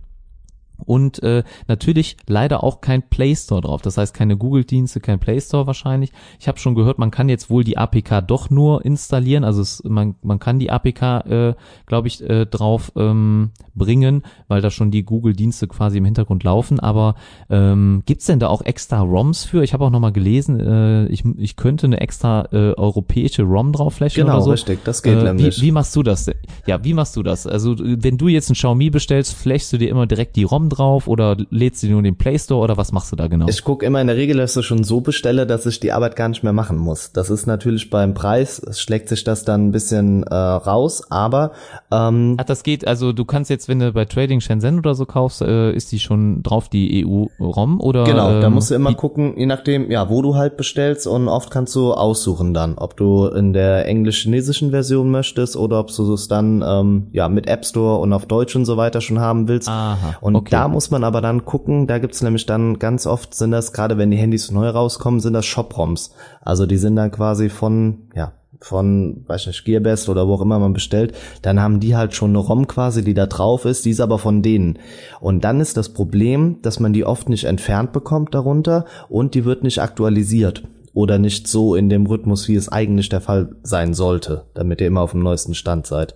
Und äh, natürlich leider auch kein Play Store drauf. Das heißt keine Google-Dienste, kein Play Store wahrscheinlich. Ich habe schon gehört, man kann jetzt wohl die A P K doch nur installieren. Also es, man man kann die A P K, äh, glaube ich, äh, drauf ähm, bringen, weil da schon die Google-Dienste quasi im Hintergrund laufen. Aber ähm, gibt's denn da auch extra ROMs für? Ich habe auch nochmal gelesen, äh, ich ich könnte eine extra äh, europäische ROM drauf flashen genau, oder so. Richtig, das geht äh, nämlich. Wie, wie machst du das denn? Ja, wie machst du das? Also wenn du jetzt ein Xiaomi bestellst, flashst du dir immer direkt die ROM drauf oder lädst du nur in den Play Store oder was machst du da genau? Ich gucke immer in der Regel, dass ich schon so bestelle, dass ich die Arbeit gar nicht mehr machen muss. Das ist natürlich beim Preis, es schlägt sich das dann ein bisschen äh, raus, aber ähm, Ach, das geht, also du kannst jetzt, wenn du bei Trading Shenzhen oder so kaufst, äh, ist die schon drauf, die E U-ROM oder? genau, ähm, da musst du immer die, gucken, je nachdem, ja, wo du halt bestellst und oft kannst du aussuchen dann, ob du in der englisch-chinesischen Version möchtest oder ob du es dann ähm, ja mit App Store und auf Deutsch und so weiter schon haben willst. Aha, und okay. da muss man aber dann gucken, da gibt's nämlich dann ganz oft sind das, gerade wenn die Handys neu rauskommen, sind das Shop-ROMs. Also die sind dann quasi von, ja, von, weiß nicht, Gearbest oder wo auch immer man bestellt, dann haben die halt schon eine ROM quasi, die da drauf ist, die ist aber von denen. Und dann ist das Problem, dass man die oft nicht entfernt bekommt darunter und die wird nicht aktualisiert oder nicht so in dem Rhythmus, wie es eigentlich der Fall sein sollte, damit ihr immer auf dem neuesten Stand seid.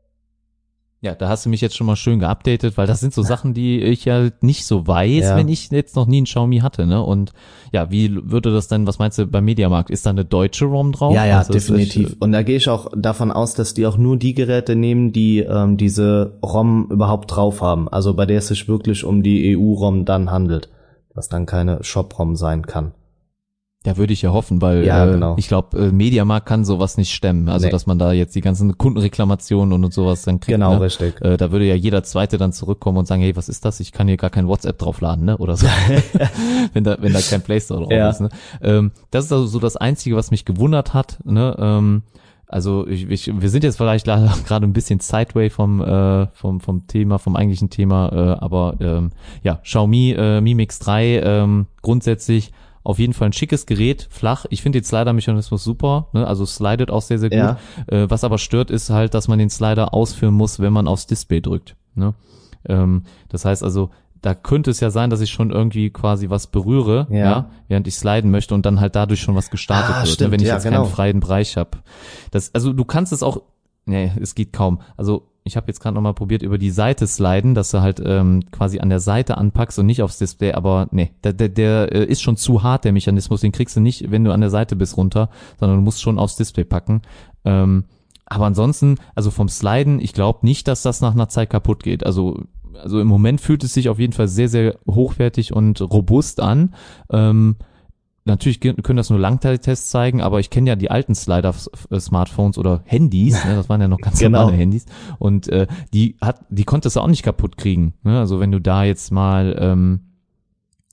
Ja, da hast du mich jetzt schon mal schön geupdatet, weil das sind so Sachen, die ich ja nicht so weiß, Ja. wenn ich jetzt noch nie einen Xiaomi hatte, ne? Und ja, wie würde das denn, was meinst du beim Mediamarkt? Ist da eine deutsche ROM drauf? Ja, ja, Also ist definitiv. echt, Und da gehe ich auch davon aus, dass die auch nur die Geräte nehmen, die ähm, diese ROM überhaupt drauf haben. Also bei der es sich wirklich um die E U-ROM dann handelt, was dann keine Shop-ROM sein kann. Ja, würde ich ja hoffen, weil Ja, äh, genau. ich glaube, äh, Mediamarkt kann sowas nicht stemmen. Also, Nee. dass man da jetzt die ganzen Kundenreklamationen und, und sowas dann kriegt. Genau, ne? richtig. Äh, da würde ja jeder Zweite dann zurückkommen und sagen, hey, was ist das? Ich kann hier gar kein WhatsApp draufladen, ne? Oder so. wenn da wenn da kein Play Store drauf Ja. ist. Ne? Ähm, das ist also so das Einzige, was mich gewundert hat. Ne? Ähm, also ich, ich, wir sind jetzt vielleicht leider gerade ein bisschen sideway vom äh, vom vom Thema, vom eigentlichen Thema, äh, aber ähm, ja, Xiaomi äh, Mi Mix drei ähm, grundsätzlich auf jeden Fall ein schickes Gerät, flach. Ich finde den Slider-Mechanismus super, ne? Also slidet auch sehr, sehr gut. Ja. Äh, was aber stört, ist halt, dass man den Slider ausführen muss, wenn man aufs Display drückt. Ne? Ähm, das heißt also, da könnte es ja sein, dass ich schon irgendwie quasi was berühre, Ja. ja, während ich sliden möchte und dann halt dadurch schon was gestartet Ah, wird, stimmt, ne? Wenn ich ja, jetzt genau. keinen freien Bereich habe. Das, also du kannst es auch, nee, es geht kaum. Also ich habe jetzt gerade nochmal probiert, über die Seite sliden, dass du halt ähm, quasi an der Seite anpackst und nicht aufs Display, aber nee, der, der, der äh, ist schon zu hart, der Mechanismus, den kriegst du nicht, wenn du an der Seite bist, runter, sondern du musst schon aufs Display packen. Ähm, aber ansonsten, also vom Sliden, ich glaube nicht, dass das nach einer Zeit kaputt geht. Also also im Moment fühlt es sich auf jeden Fall sehr, sehr hochwertig und robust an. Ähm, Natürlich können das nur Langzeittests zeigen, aber ich kenne ja die alten Slider-Smartphones oder Handys, ne, das waren ja noch ganz Genau. normale Handys, und äh, die hat, die konntest du auch nicht kaputt kriegen. Ne? Also wenn du da jetzt mal ähm,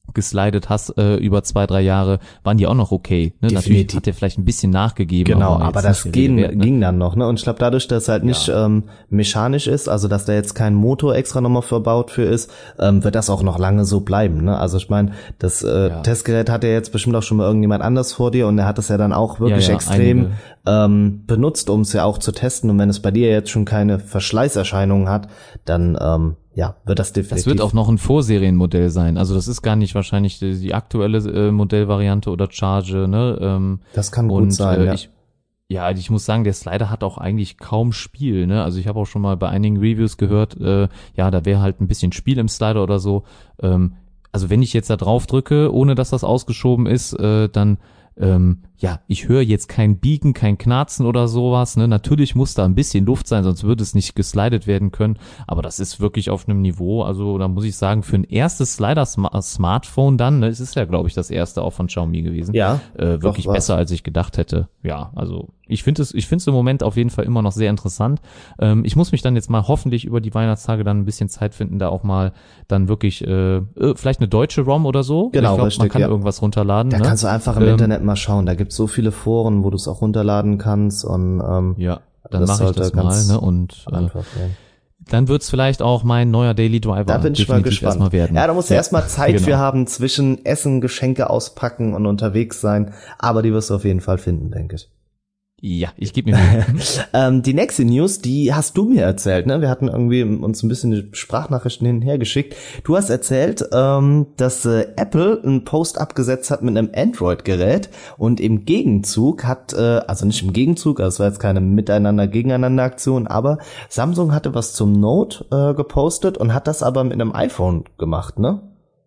geslidet hast äh, über zwei, drei Jahre, waren die auch noch okay. Ne? Natürlich hat der vielleicht ein bisschen nachgegeben. Genau, aber, aber das ging, Wert, ne? ging dann noch. Ne? Und ich glaube, dadurch, dass es halt nicht ja. ähm, mechanisch ist, also dass da jetzt kein Motor extra nochmal verbaut für ist, ähm, wird das auch noch lange so bleiben. Ne? Also ich meine, das äh, ja. Testgerät hat ja jetzt bestimmt auch schon mal irgendjemand anders vor dir und der hat es ja dann auch wirklich ja, ja, extrem ähm, benutzt, um es ja auch zu testen. Und wenn es bei dir jetzt schon keine Verschleißerscheinungen hat, dann ähm, ja, wird das definitiv. Das wird auch noch ein Vorserienmodell sein. Also das ist gar nicht wahrscheinlich die, die aktuelle äh, Modellvariante oder Charge, ne? Ähm, das kann gut sein, äh, ja. Ich, ja, ich muss sagen, der Slider hat auch eigentlich kaum Spiel, ne? Also ich habe auch schon mal bei einigen Reviews gehört, äh, ja, da wäre halt ein bisschen Spiel im Slider oder so. Ähm, also wenn ich jetzt da drauf drücke, ohne dass das ausgeschoben ist, äh, dann Ähm, ja, ich höre jetzt kein Biegen, kein Knarzen oder sowas, ne? Natürlich muss da ein bisschen Luft sein, sonst würde es nicht geslidet werden können, aber das ist wirklich auf einem Niveau, also da muss ich sagen, für ein erstes Slider-Smartphone dann, ne, es ist ja, glaube ich, das erste auch von Xiaomi gewesen, ja, äh, wirklich besser, als ich gedacht hätte. Ja, also ich finde es, ich finde es im Moment auf jeden Fall immer noch sehr interessant. Ähm, ich muss mich dann jetzt mal hoffentlich über die Weihnachtstage dann ein bisschen Zeit finden, da auch mal dann wirklich, äh, vielleicht eine deutsche ROM oder so. Genau, ich glaub, richtig, man kann ja. irgendwas runterladen. Da ne? kannst du einfach im ähm, Internet mal schauen. Da gibt's so viele Foren, wo du es auch runterladen kannst und ähm, ja, dann mache ich das mal, ne? Und äh, einfach, ja. dann wird's vielleicht auch mein neuer Daily Driver. Da bin ich mal gespannt. Erstmal werden. Ja, da musst du ja. erstmal Zeit genau. für haben zwischen Essen, Geschenke auspacken und unterwegs sein. Aber die wirst du auf jeden Fall finden, denke ich. Ja, ich gebe mir Mühe. ähm, die nächste News, die hast du mir erzählt, ne? Wir hatten irgendwie uns ein bisschen die Sprachnachrichten hin und her geschickt. Du hast erzählt, ähm, dass äh, Apple einen Post abgesetzt hat mit einem Android-Gerät und im Gegenzug hat, äh, also nicht im Gegenzug, also es war jetzt keine Miteinander-Gegeneinander-Aktion, aber Samsung hatte was zum Note äh, gepostet und hat das aber mit einem iPhone gemacht, ne?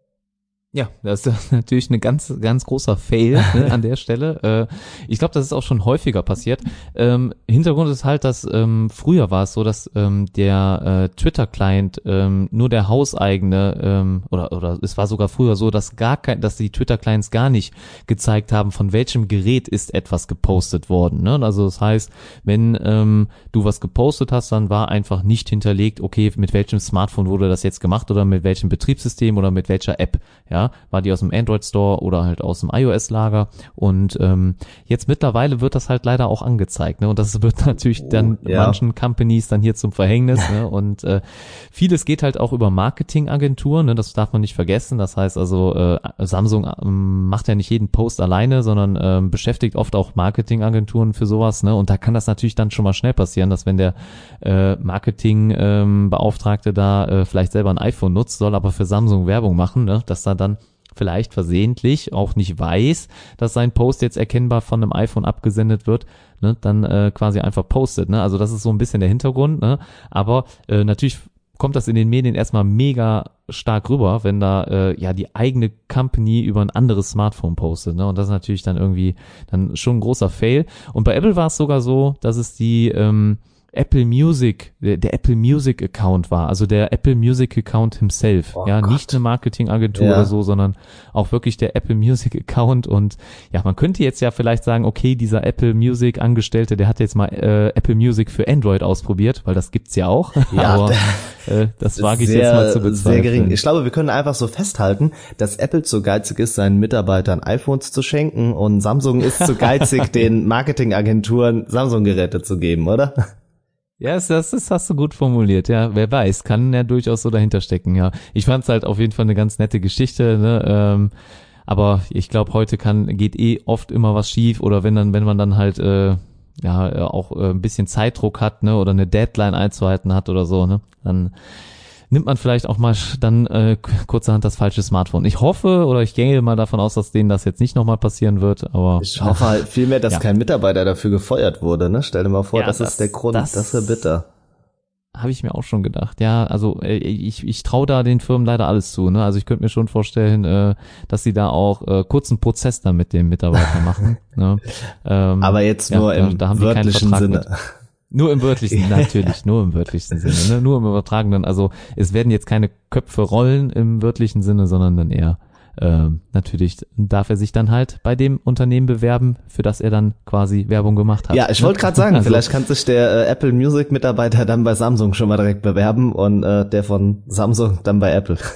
Ja, das ist natürlich eine ganz, ganz großer Fail ne, an der Stelle. Äh, ich glaube, das ist auch schon häufiger passiert. Ähm, Hintergrund ist halt, dass ähm, früher war es so, dass ähm, der äh, Twitter-Client ähm, nur der hauseigene ähm, oder oder es war sogar früher so, dass gar kein, dass die Twitter-Clients gar nicht gezeigt haben, von welchem Gerät ist etwas gepostet worden. Ne? Also das heißt, wenn ähm, du was gepostet hast, dann war einfach nicht hinterlegt, okay, mit welchem Smartphone wurde das jetzt gemacht oder mit welchem Betriebssystem oder mit welcher App. Ja, war die aus dem Android Store oder halt aus dem iOS-Lager und ähm, jetzt mittlerweile wird das halt leider auch angezeigt, ne? Und das wird natürlich dann ja. manchen Companies dann hier zum Verhängnis, ne? Und äh, vieles geht halt auch über Marketingagenturen, ne? Das darf man nicht vergessen. Das heißt also, äh, Samsung ähm, macht ja nicht jeden Post alleine, sondern ähm, beschäftigt oft auch Marketingagenturen für sowas, ne? Und da kann das natürlich dann schon mal schnell passieren, dass wenn der äh, Marketingbeauftragte ähm, da äh, vielleicht selber ein iPhone nutzt, soll aber für Samsung Werbung machen, ne? Dass da dann vielleicht versehentlich auch nicht weiß, dass sein Post jetzt erkennbar von einem iPhone abgesendet wird, ne, dann äh, quasi einfach postet, ne? Also das ist so ein bisschen der Hintergrund, ne? Aber äh, natürlich kommt das in den Medien erstmal mega stark rüber, wenn da äh, ja die eigene Company über ein anderes Smartphone postet, ne? Und das ist natürlich dann irgendwie dann schon ein großer Fail. Und bei Apple war es sogar so, dass es die ähm, Apple Music, der, der Apple Music Account war, also der Apple Music Account himself, oh ja, Gott. Nicht eine Marketingagentur ja. oder so, sondern auch wirklich der Apple Music Account und ja, man könnte jetzt ja vielleicht sagen, okay, dieser Apple Music Angestellte, der hat jetzt mal äh, Apple Music für Android ausprobiert, weil das gibt's ja auch, ja, aber äh, das wage ich sehr, jetzt mal zu bezweifeln. Sehr gering. Ich glaube, wir können einfach so festhalten, dass Apple zu geizig ist, seinen Mitarbeitern iPhones zu schenken und Samsung ist zu geizig, den Marketingagenturen Samsung-Geräte zu geben, oder? Ja, das, das, das hast du gut formuliert, ja. Wer weiß, kann ja durchaus so dahinter stecken, ja. Ich fand's halt auf jeden Fall eine ganz nette Geschichte, ne, ähm, aber ich glaube, heute kann, geht eh oft immer was schief oder wenn dann, wenn man dann halt, äh, ja, auch äh, ein bisschen Zeitdruck hat, ne, oder eine Deadline einzuhalten hat oder so, ne, dann nimmt man vielleicht auch mal dann äh, kurzerhand das falsche Smartphone. Ich hoffe oder ich gehe mal davon aus, dass denen das jetzt nicht nochmal passieren wird, aber ich hoffe halt vielmehr, dass ja. kein Mitarbeiter dafür gefeuert wurde, ne? Stell dir mal vor, ja, das, das ist der Grund, das, das wäre bitter. Habe ich mir auch schon gedacht. Ja, also äh, ich ich traue da den Firmen leider alles zu, ne? Also ich könnte mir schon vorstellen, äh, dass sie da auch äh, kurzen Prozess dann mit dem Mitarbeiter machen, ne? Ähm, aber jetzt nur ja, im da, da wörtlichen Sinne. Mit. Nur im wörtlichen, natürlich, nur im wörtlichen Sinne, ne? Nur im übertragenen. Also es werden jetzt keine Köpfe rollen im wörtlichen Sinne, sondern dann eher ähm, natürlich darf er sich dann halt bei dem Unternehmen bewerben, für das er dann quasi Werbung gemacht hat. Ja, ich wollte gerade sagen, also, vielleicht kann sich der äh, Apple Music Mitarbeiter dann bei Samsung schon mal direkt bewerben und äh, der von Samsung dann bei Apple. Genau.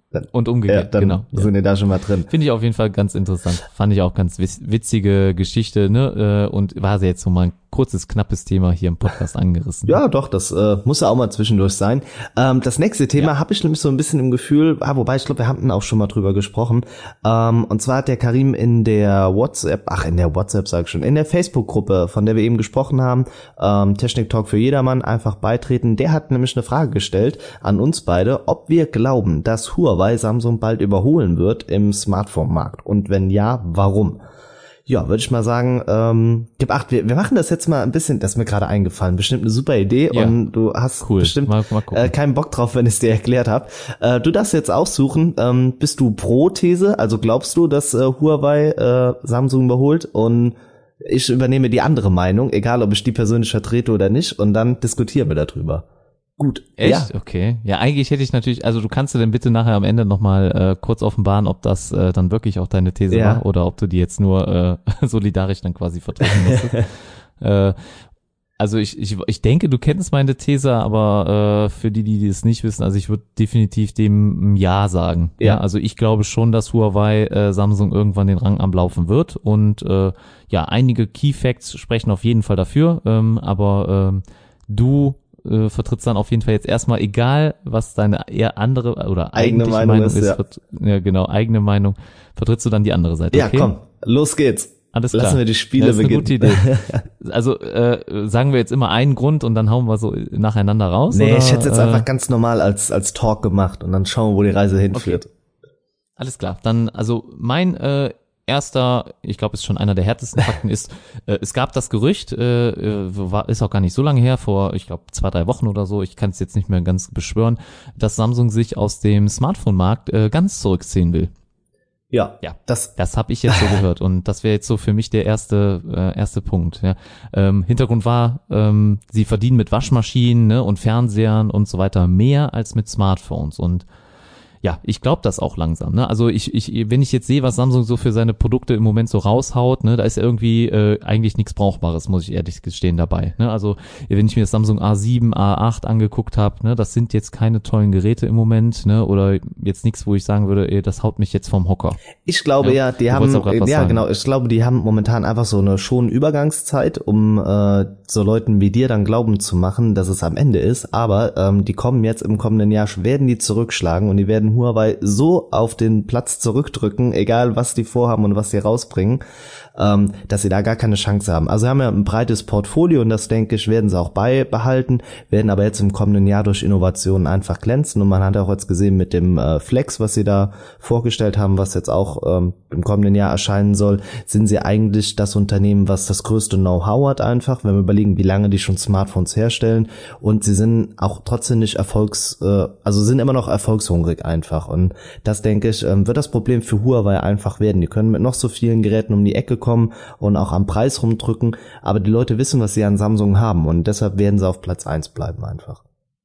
Und umgekehrt, ja, dann genau. sind wir da schon mal drin. Finde ich auf jeden Fall ganz interessant. Fand ich auch ganz witzige Geschichte, ne? Und war jetzt so mal ein kurzes, knappes Thema hier im Podcast angerissen. Ja, doch, das äh, muss ja auch mal zwischendurch sein. Ähm, das nächste Thema ja. habe ich nämlich so ein bisschen im Gefühl, ah, wobei ich glaube, wir hatten auch schon mal drüber gesprochen. Ähm, und zwar hat der Karim in der WhatsApp, ach in der WhatsApp sag ich schon, in der Facebook-Gruppe, von der wir eben gesprochen haben, ähm, Technik Talk für jedermann, einfach beitreten. Der hat nämlich eine Frage gestellt an uns beide, ob wir glauben, dass Huawei Samsung bald überholen wird im Smartphone-Markt. Und wenn ja, warum? Ja, würde ich mal sagen, ähm, gib acht, wir, wir machen das jetzt mal ein bisschen, das ist mir gerade eingefallen, bestimmt eine super Idee ja. und du hast cool. bestimmt mal, mal äh, keinen Bock drauf, wenn ich es dir erklärt habe. Äh, du darfst jetzt aussuchen, ähm, bist du pro These, also glaubst du, dass äh, Huawei äh, Samsung überholt, und ich übernehme die andere Meinung, egal ob ich die persönlich vertrete oder nicht, und dann diskutieren wir darüber. Gut. Echt? Ja. Okay. Ja, eigentlich hätte ich natürlich, also du kannst dir denn bitte nachher am Ende nochmal äh, kurz offenbaren, ob das äh, dann wirklich auch deine These ja. war oder ob du die jetzt nur äh, solidarisch dann quasi vertreten musstest. äh, also ich, ich ich denke, du kennst meine These, aber äh, für die, die es nicht wissen, also ich würde definitiv dem Ja sagen. Ja. ja. Also ich glaube schon, dass Huawei äh, Samsung irgendwann den Rang ablaufen wird, und äh, ja, einige Key Facts sprechen auf jeden Fall dafür, ähm, aber äh, du Äh, vertrittst dann auf jeden Fall jetzt erstmal, egal was deine eher andere oder eigene eigentliche Meinung, Meinung ist, ist, ja. vert- ja genau, eigene Meinung, vertrittst du dann die andere Seite, ja, okay? Komm, los geht's. Alles klar. Lassen wir die Spiele das ist beginnen. Eine gute Idee. Also äh, sagen wir jetzt immer einen Grund und dann hauen wir so nacheinander raus? Nee, oder? ich hätte es jetzt äh, einfach ganz normal als als Talk gemacht und dann schauen wir, wo die Reise hinführt. Okay. Alles klar. Dann, also mein äh, erster, ich glaube, ist schon einer der härtesten Fakten, ist, äh, es gab das Gerücht, äh, war, ist auch gar nicht so lange her, vor, ich glaube, zwei, drei Wochen oder so, ich kann es jetzt nicht mehr ganz beschwören, dass Samsung sich aus dem Smartphone-Markt äh, ganz zurückziehen will. Ja, ja, das das habe ich jetzt so gehört, und das wäre jetzt so für mich der erste äh, erste Punkt. Ja. Ähm, Hintergrund war, ähm, sie verdienen mit Waschmaschinen, ne, und Fernsehern und so weiter mehr als mit Smartphones, und ja, ich glaube das auch langsam, ne? Also ich, ich, wenn ich jetzt sehe, was Samsung so für seine Produkte im Moment so raushaut, ne, da ist ja irgendwie äh, eigentlich nichts Brauchbares, muss ich ehrlich gestehen, dabei. Ne? Also wenn ich mir das Samsung A sieben, A acht angeguckt habe, ne, das sind jetzt keine tollen Geräte im Moment, ne? Oder jetzt nichts, wo ich sagen würde, ey, das haut mich jetzt vom Hocker. Ich glaube ja, ja die du haben, ja sagen. genau, ich glaube, die haben momentan einfach so eine schon Übergangszeit, um äh, so Leuten wie dir dann glauben zu machen, dass es am Ende ist. Aber ähm, die kommen jetzt im kommenden Jahr, werden die zurückschlagen und die werden Huawei so auf den Platz zurückdrücken, egal was die vorhaben und was sie rausbringen, ähm, dass sie da gar keine Chance haben. Also sie haben ja ein breites Portfolio, und das, denke ich, werden sie auch beibehalten, werden aber jetzt im kommenden Jahr durch Innovationen einfach glänzen, und man hat auch jetzt gesehen mit dem äh, Flex, was sie da vorgestellt haben, was jetzt auch ähm, im kommenden Jahr erscheinen soll, sind sie eigentlich das Unternehmen, was das größte Know-how hat einfach, wenn wir überlegen, wie lange die schon Smartphones herstellen, und sie sind auch trotzdem nicht erfolgs, äh, also sind immer noch erfolgshungrig einfach, und das, denke ich, ähm, wird das Problem für Huawei einfach werden. Die können mit noch so vielen Geräten um die Ecke kommen und auch am Preis rumdrücken, aber die Leute wissen, was sie an Samsung haben, und deshalb werden sie auf Platz eins bleiben einfach.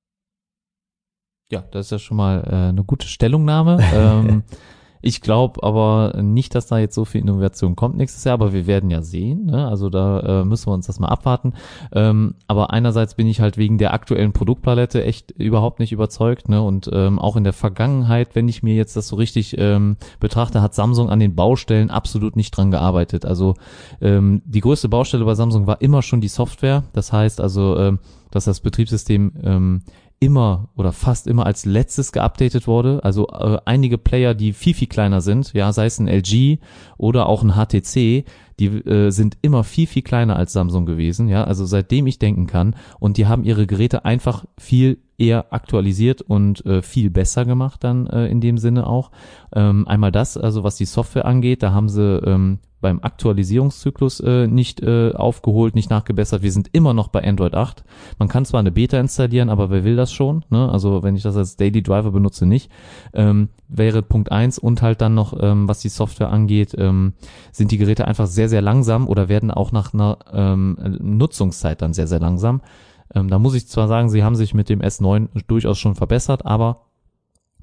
Ja, das ist ja schon mal äh, eine gute Stellungnahme. ähm, ich glaube aber nicht, dass da jetzt so viel Innovation kommt nächstes Jahr, aber wir werden ja sehen, ne? Also da äh, müssen wir uns das mal abwarten. Ähm, aber einerseits bin ich halt wegen der aktuellen Produktpalette echt überhaupt nicht überzeugt, ne? Und ähm, auch in der Vergangenheit, wenn ich mir jetzt das so richtig ähm, betrachte, hat Samsung an den Baustellen absolut nicht dran gearbeitet. Also ähm, die größte Baustelle bei Samsung war immer schon die Software. Das heißt also, ähm, dass das Betriebssystem ähm, immer oder fast immer als letztes geupdatet wurde. Also äh, einige Player, die viel, viel kleiner sind, ja, sei es ein L G oder auch ein H T C, die äh, sind immer viel, viel kleiner als Samsung gewesen, ja, also seitdem ich denken kann, und die haben ihre Geräte einfach viel eher aktualisiert und äh, viel besser gemacht dann äh, in dem Sinne auch. Ähm, einmal das, also was die Software angeht, da haben sie ähm, beim Aktualisierungszyklus äh, nicht äh, aufgeholt, nicht nachgebessert. Wir sind immer noch bei Android acht. Man kann zwar eine Beta installieren, aber wer will das schon? Ne? Also wenn ich das als Daily Driver benutze, nicht. Ähm, wäre Punkt eins, und halt dann noch, ähm, was die Software angeht, ähm, sind die Geräte einfach sehr, sehr langsam oder werden auch nach einer ähm, Nutzungszeit dann sehr, sehr langsam. Ähm, da muss ich zwar sagen, sie haben sich mit dem S neun durchaus schon verbessert, aber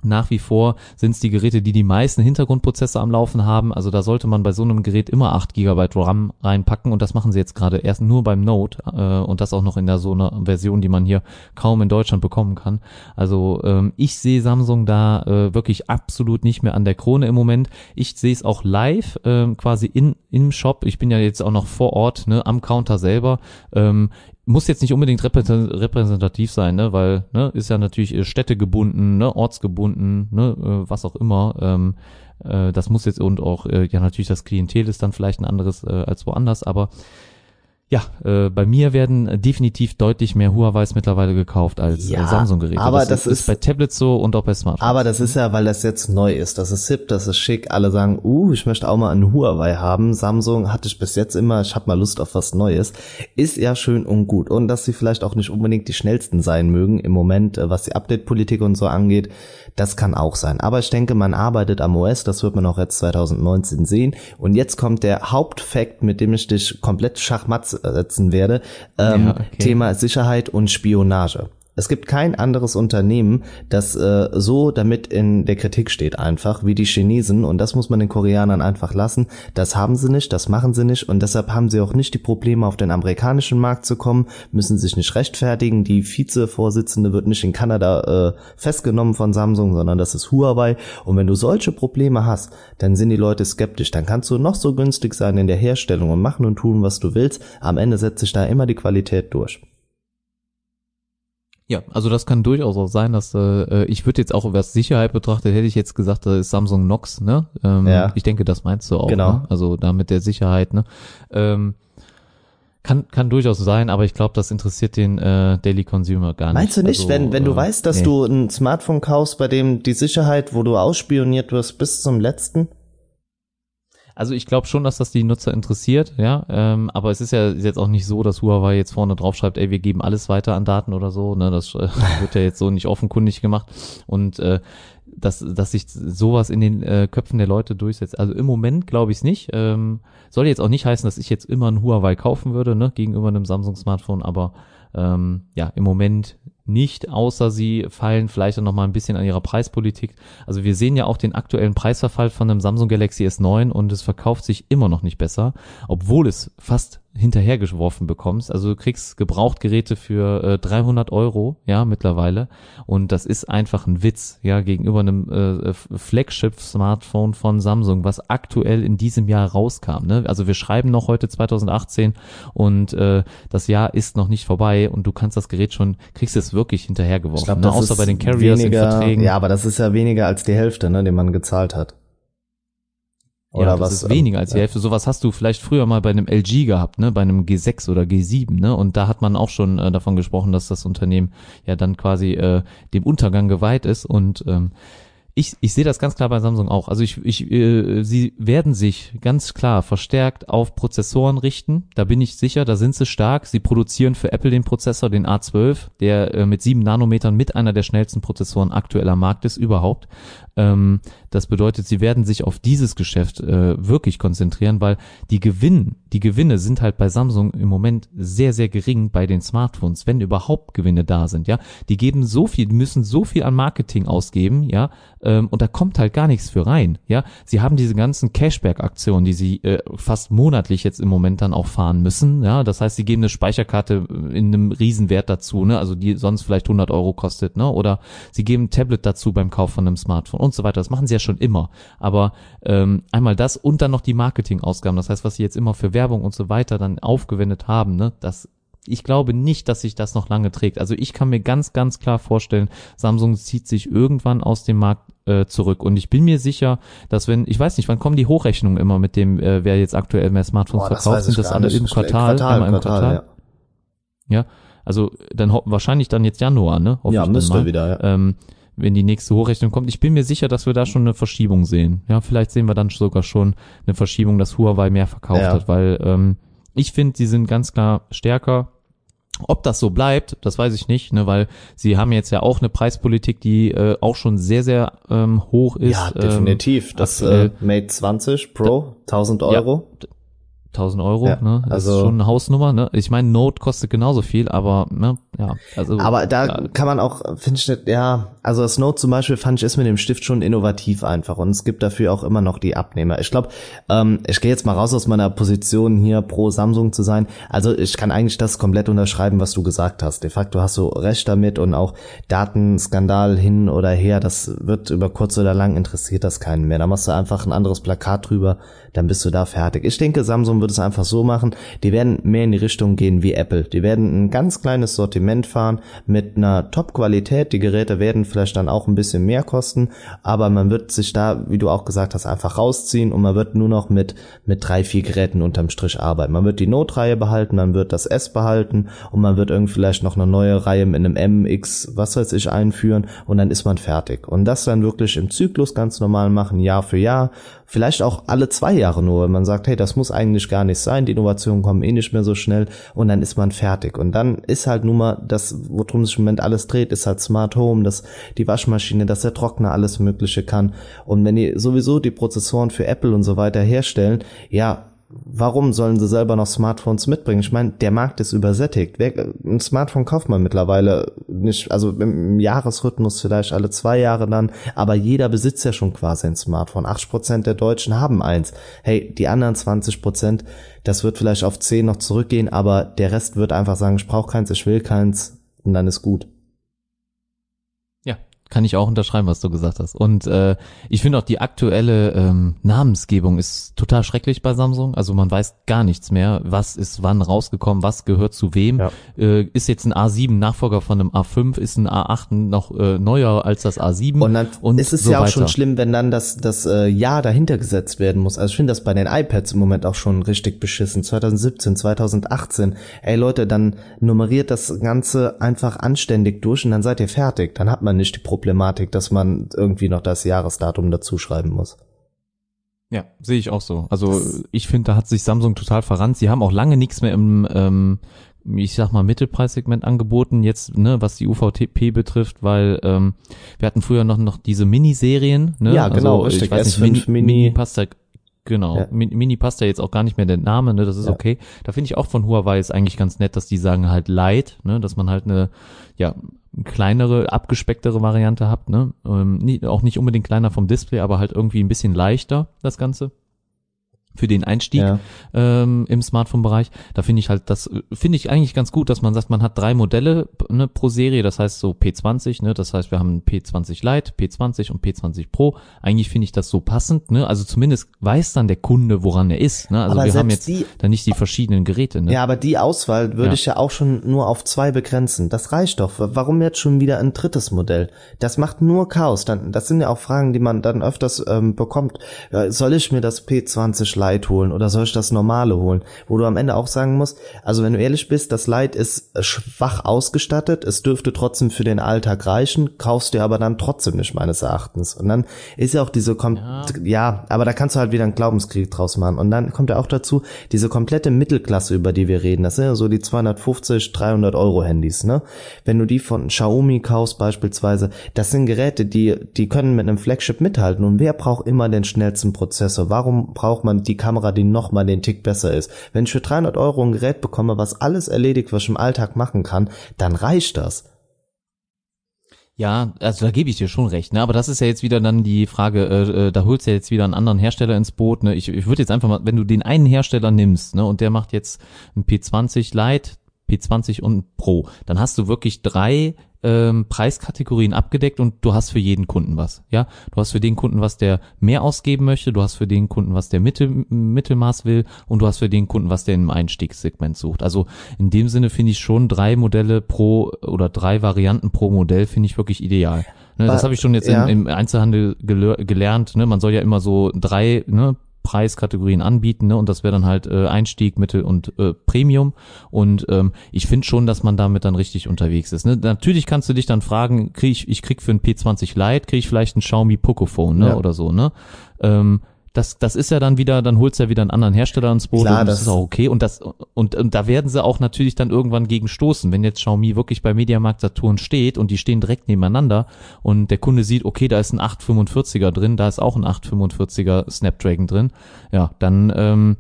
Nach wie vor sind es die Geräte, die die meisten Hintergrundprozesse am Laufen haben. Also da sollte man bei so einem Gerät immer acht Gigabyte RAM reinpacken und das machen sie jetzt gerade erst nur beim Note äh, und das auch noch in der so einer Version, die man hier kaum in Deutschland bekommen kann. Also ähm, ich sehe Samsung da äh, wirklich absolut nicht mehr an der Krone im Moment. Ich sehe es auch live äh, quasi in im Shop. Ich bin ja jetzt auch noch vor Ort, ne, am Counter selber. Ähm, Muss jetzt nicht unbedingt repräsentativ sein, ne, weil, ne, ist ja natürlich städtegebunden, ne, ortsgebunden, ne, was auch immer, ähm, äh, das muss jetzt und auch, äh, ja, natürlich das Klientel ist dann vielleicht ein anderes äh, als woanders, aber ja, äh, bei mir werden definitiv deutlich mehr Huawei's mittlerweile gekauft als ja, äh, Samsung-Geräte. Aber das, das ist, ist, ist bei Tablets so und auch bei Smartphones. Aber das ist ja, weil das jetzt neu ist. Das ist hip, das ist schick. Alle sagen, uh, ich möchte auch mal einen Huawei haben. Samsung hatte ich bis jetzt immer, ich habe mal Lust auf was Neues. Ist ja schön und gut. Und dass sie vielleicht auch nicht unbedingt die schnellsten sein mögen im Moment, was die Update-Politik und so angeht, das kann auch sein. Aber ich denke, man arbeitet am O S, das wird man auch jetzt zwanzig neunzehn sehen. Und jetzt kommt der Hauptfakt, mit dem ich dich komplett schachmatt setzen werde. Ähm, ja, okay. Thema Sicherheit und Spionage. Es gibt kein anderes Unternehmen, das äh, so damit in der Kritik steht einfach, wie die Chinesen, und das muss man den Koreanern einfach lassen. Das haben sie nicht, das machen sie nicht, und deshalb haben sie auch nicht die Probleme, auf den amerikanischen Markt zu kommen, müssen sich nicht rechtfertigen. Die Vizevorsitzende wird nicht in Kanada äh, festgenommen von Samsung, sondern das ist Huawei, und wenn du solche Probleme hast, dann sind die Leute skeptisch. Dann kannst du noch so günstig sein in der Herstellung und machen und tun, was du willst. Am Ende setzt sich da immer die Qualität durch. Ja, also das kann durchaus auch sein, dass äh, ich würde jetzt auch über Sicherheit betrachtet, hätte ich jetzt gesagt, das ist Samsung Knox, ne? Ähm, ja. Ich denke, das meinst du auch, genau. Ne? Also da mit der Sicherheit, ne? Ähm, kann kann durchaus sein, aber ich glaube, das interessiert den äh, Daily Consumer gar nicht. Meinst du nicht, also, wenn wenn du äh, weißt, dass nee. du ein Smartphone kaufst, bei dem die Sicherheit, wo du ausspioniert wirst bis zum letzten? Also ich glaube schon, dass das die Nutzer interessiert, ja, ähm, aber es ist ja jetzt auch nicht so, dass Huawei jetzt vorne drauf schreibt, ey, wir geben alles weiter an Daten oder so, ne, das äh, wird ja jetzt so nicht offenkundig gemacht und äh, dass dass sich sowas in den äh, Köpfen der Leute durchsetzt. Also im Moment glaube ich es nicht. Ähm, soll jetzt auch nicht heißen, dass ich jetzt immer ein Huawei kaufen würde, ne, gegenüber einem Samsung-Smartphone, aber ähm, ja, im Moment nicht, außer sie fallen vielleicht auch noch mal ein bisschen an ihrer Preispolitik. Also wir sehen ja auch den aktuellen Preisverfall von einem Samsung Galaxy S neun und es verkauft sich immer noch nicht besser, obwohl es fast hinterhergeworfen bekommst. Also du kriegst Gebrauchtgeräte für äh, dreihundert Euro, ja, mittlerweile, und das ist einfach ein Witz, ja, gegenüber einem äh, Flagship-Smartphone von Samsung, was aktuell in diesem Jahr rauskam, ne? Also wir schreiben noch heute zwanzig achtzehn und äh, das Jahr ist noch nicht vorbei und du kannst das Gerät schon, kriegst es wirklich hinterhergeworfen, ich glaub, ne? Außer bei den Carriers weniger, in Verträgen. Ja, aber das ist ja weniger als die Hälfte, ne, den man gezahlt hat. Oder ja, das was, ist weniger als die Hälfte. Sowas hast du vielleicht früher mal bei einem L G gehabt, ne, bei einem G sechs oder G sieben, ne, und da hat man auch schon äh, davon gesprochen, dass das Unternehmen ja dann quasi äh, dem Untergang geweiht ist und ähm, Ich, ich sehe das ganz klar bei Samsung auch. Also ich, ich, äh, sie werden sich ganz klar verstärkt auf Prozessoren richten. Da bin ich sicher, da sind sie stark. Sie produzieren für Apple den Prozessor, den A zwölf, der äh, mit sieben Nanometern mit einer der schnellsten Prozessoren aktuell am Markt ist überhaupt. Ähm, das bedeutet, sie werden sich auf dieses Geschäft äh, wirklich konzentrieren, weil die Gewinn, die Gewinne sind halt bei Samsung im Moment sehr, sehr gering bei den Smartphones, wenn überhaupt Gewinne da sind, ja. Die geben so viel, die müssen so viel an Marketing ausgeben, ja, ähm, und da kommt halt gar nichts für rein, ja. Sie haben diese ganzen Cashback-Aktionen, die sie äh, fast monatlich jetzt im Moment dann auch fahren müssen, ja. Das heißt, sie geben eine Speicherkarte in einem Riesenwert dazu, ne, also die sonst vielleicht hundert Euro kostet, ne, oder sie geben ein Tablet dazu beim Kauf von einem Smartphone und so weiter. Das machen sie ja schon immer. Aber ähm, einmal das und dann noch die Marketingausgaben. Das heißt, was sie jetzt immer für Werbung und so weiter dann aufgewendet haben, ne, das, ich glaube nicht, dass sich das noch lange trägt. Also ich kann mir ganz, ganz klar vorstellen, Samsung zieht sich irgendwann aus dem Markt äh, zurück. Und ich bin mir sicher, dass wenn, ich weiß nicht, wann kommen die Hochrechnungen immer mit dem, äh, wer jetzt aktuell mehr Smartphones Boah, verkauft, sind das alle im Quartal? Quartal, immer im Quartal, Quartal. Ja. ja, also dann ho- wahrscheinlich dann jetzt Januar, ne? Hoffe ja, ich müsste mal. wieder, ja. Ähm, wenn die nächste Hochrechnung kommt. Ich bin mir sicher, dass wir da schon eine Verschiebung sehen. Ja, vielleicht sehen wir dann sogar schon eine Verschiebung, dass Huawei mehr verkauft ja. hat, weil ähm, ich finde, sie sind ganz klar stärker. Ob das so bleibt, das weiß ich nicht, ne, weil sie haben jetzt ja auch eine Preispolitik, die äh, auch schon sehr, sehr ähm, hoch ist. Ja, definitiv. Ähm, das äh, Mate zwanzig Pro, tausend Euro. Ja, tausend Euro, ja, ne? Das also ist schon eine Hausnummer, ne? Ich meine, Note kostet genauso viel, aber, ne, ja, also. Aber da ja. kann man auch, finde ich, ja, also das Note zum Beispiel fand ich ist mit dem Stift schon innovativ einfach und es gibt dafür auch immer noch die Abnehmer. Ich glaube, ähm, ich gehe jetzt mal raus aus meiner Position hier pro Samsung zu sein. Also ich kann eigentlich das komplett unterschreiben, was du gesagt hast. De facto hast du recht damit und auch Datenskandal hin oder her, das wird über kurz oder lang interessiert das keinen mehr. Da machst du einfach ein anderes Plakat drüber, dann bist du da fertig. Ich denke, Samsung wird es einfach so machen, die werden mehr in die Richtung gehen wie Apple. Die werden ein ganz kleines Sortiment fahren mit einer Top-Qualität. Die Geräte werden vielleicht dann auch ein bisschen mehr kosten, aber man wird sich da, wie du auch gesagt hast, einfach rausziehen und man wird nur noch mit mit drei, vier Geräten unterm Strich arbeiten. Man wird die Note-Reihe behalten, man wird das S behalten und man wird irgendwie vielleicht noch eine neue Reihe mit einem M, X, was weiß ich, einführen und dann ist man fertig. Und das dann wirklich im Zyklus ganz normal machen, Jahr für Jahr. Vielleicht auch alle zwei Jahre nur, wenn man sagt, hey, das muss eigentlich gar nicht sein, die Innovationen kommen eh nicht mehr so schnell und dann ist man fertig. Und dann ist halt nun mal das, worum sich im Moment alles dreht, ist halt Smart Home, dass die Waschmaschine, dass der Trockner alles Mögliche kann. Und wenn die sowieso die Prozessoren für Apple und so weiter herstellen, ja, warum sollen sie selber noch Smartphones mitbringen? Ich meine, der Markt ist übersättigt. Wer, ein Smartphone kauft man mittlerweile nicht, also im Jahresrhythmus vielleicht alle zwei Jahre dann, aber jeder besitzt ja schon quasi ein Smartphone. achtzig Prozent der Deutschen haben eins. Hey, die anderen zwanzig Prozent, das wird vielleicht auf zehn noch zurückgehen, aber der Rest wird einfach sagen, ich brauche keins, ich will keins und dann ist gut. Kann ich auch unterschreiben, was du gesagt hast. Und äh, ich finde auch die aktuelle ähm, Namensgebung ist total schrecklich bei Samsung. Also man weiß gar nichts mehr, was ist wann rausgekommen, was gehört zu wem. Ja. Äh, ist jetzt ein A sieben Nachfolger von einem A fünf, ist ein A acht noch äh, neuer als das A sieben. Und dann und ist es so ja auch weiter. schon schlimm, wenn dann das das äh, Jahr dahinter gesetzt werden muss. Also ich finde das bei den iPads im Moment auch schon richtig beschissen. zwanzig siebzehn, zwanzig achtzehn. Ey Leute, dann nummeriert das Ganze einfach anständig durch und dann seid ihr fertig. Dann hat man nicht die Problematik, dass man irgendwie noch das Jahresdatum dazu schreiben muss. Ja, sehe ich auch so. Also ich finde, da hat sich Samsung total verrannt. Sie haben auch lange nichts mehr im, ähm, ich sag mal, Mittelpreissegment angeboten, jetzt, ne, was die U V P betrifft, weil ähm, wir hatten früher noch noch diese Miniserien, ne? Ja, genau, also, richtig. Ich weiß S nicht, fünf Mini, Mini. Mini passt da, genau, Ja. Mini passt ja jetzt auch gar nicht mehr der Name, ne, das ist ja okay. Da finde ich auch von Huawei ist eigentlich ganz nett, dass die sagen halt Lite, ne, dass man halt eine, ja, kleinere, abgespecktere Variante habt, ne? Ähm, nie, auch nicht unbedingt kleiner vom Display, aber halt irgendwie ein bisschen leichter, das Ganze. Für den Einstieg ja. ähm, im Smartphone-Bereich. Da finde ich halt, das finde ich eigentlich ganz gut, dass man sagt, man hat drei Modelle ne, pro Serie, das heißt so P zwanzig, ne, das heißt wir haben P zwanzig Lite, P zwanzig und P zwanzig Pro. Eigentlich finde ich das so passend, ne, also zumindest weiß dann der Kunde, woran er ist, ne, also aber wir haben jetzt die, dann nicht die verschiedenen Geräte, ne. Ja, aber die Auswahl würde ja. ich ja auch schon nur auf zwei begrenzen. Das reicht doch. Warum jetzt schon wieder ein drittes Modell? Das macht nur Chaos. Dann, das sind ja auch Fragen, die man dann öfters ähm, bekommt. Soll ich mir das P zwanzig Lite holen oder soll ich das normale holen? Wo du am Ende auch sagen musst, also wenn du ehrlich bist, das Lite ist schwach ausgestattet, es dürfte trotzdem für den Alltag reichen, kaufst dir aber dann trotzdem nicht meines Erachtens. Und dann ist ja auch diese, Kom- ja. ja, aber da kannst du halt wieder einen Glaubenskrieg draus machen. Und dann kommt ja auch dazu, diese komplette Mittelklasse, über die wir reden, das sind ja so die zweihundertfünfzig, dreihundert Euro Handys, ne? Wenn du die von Xiaomi kaufst beispielsweise, das sind Geräte, die, die können mit einem Flagship mithalten. Und wer braucht immer den schnellsten Prozessor? Warum braucht man die Kamera, die noch mal den Tick besser ist? Wenn ich für dreihundert Euro ein Gerät bekomme, was alles erledigt, was ich im Alltag machen kann, dann reicht das. Ja, also da gebe ich dir schon recht, ne? Aber das ist ja jetzt wieder dann die Frage, äh, da holst du ja jetzt wieder einen anderen Hersteller ins Boot, ne? Ich, ich würde jetzt einfach mal, wenn du den einen Hersteller nimmst, ne, und der macht jetzt ein P zwanzig Lite, P zwanzig und Pro, dann hast du wirklich drei ähm, Preiskategorien abgedeckt und du hast für jeden Kunden was, ja. Du hast für den Kunden was, der mehr ausgeben möchte, du hast für den Kunden was, der Mittel, Mittelmaß will und du hast für den Kunden was, der im Einstiegssegment sucht. Also in dem Sinne finde ich schon drei Modelle pro oder drei Varianten pro Modell finde ich wirklich ideal. Ne, das habe ich schon jetzt ja. im, im Einzelhandel gele- gelernt, ne, man soll ja immer so drei, ne, Preiskategorien anbieten, ne, und das wäre dann halt äh, Einstieg, Mittel und äh, Premium und ähm, ich finde schon, dass man damit dann richtig unterwegs ist, ne. Natürlich kannst du dich dann fragen, krieg ich ich krieg für ein P zwanzig Lite, krieg ich vielleicht ein Xiaomi Pocophone, ne, ja. oder so, ne. Ähm, das das ist ja dann wieder, dann holst du ja wieder einen anderen Hersteller ins Boot. Klar, und das, das ist auch okay und das und, und da werden sie auch natürlich dann irgendwann gegen stoßen, wenn jetzt Xiaomi wirklich bei Mediamarkt Saturn steht und die stehen direkt nebeneinander und der Kunde sieht, okay, da ist ein acht fünfundvierziger drin, da ist auch ein acht fünfundvierziger Snapdragon drin, ja, dann ähm,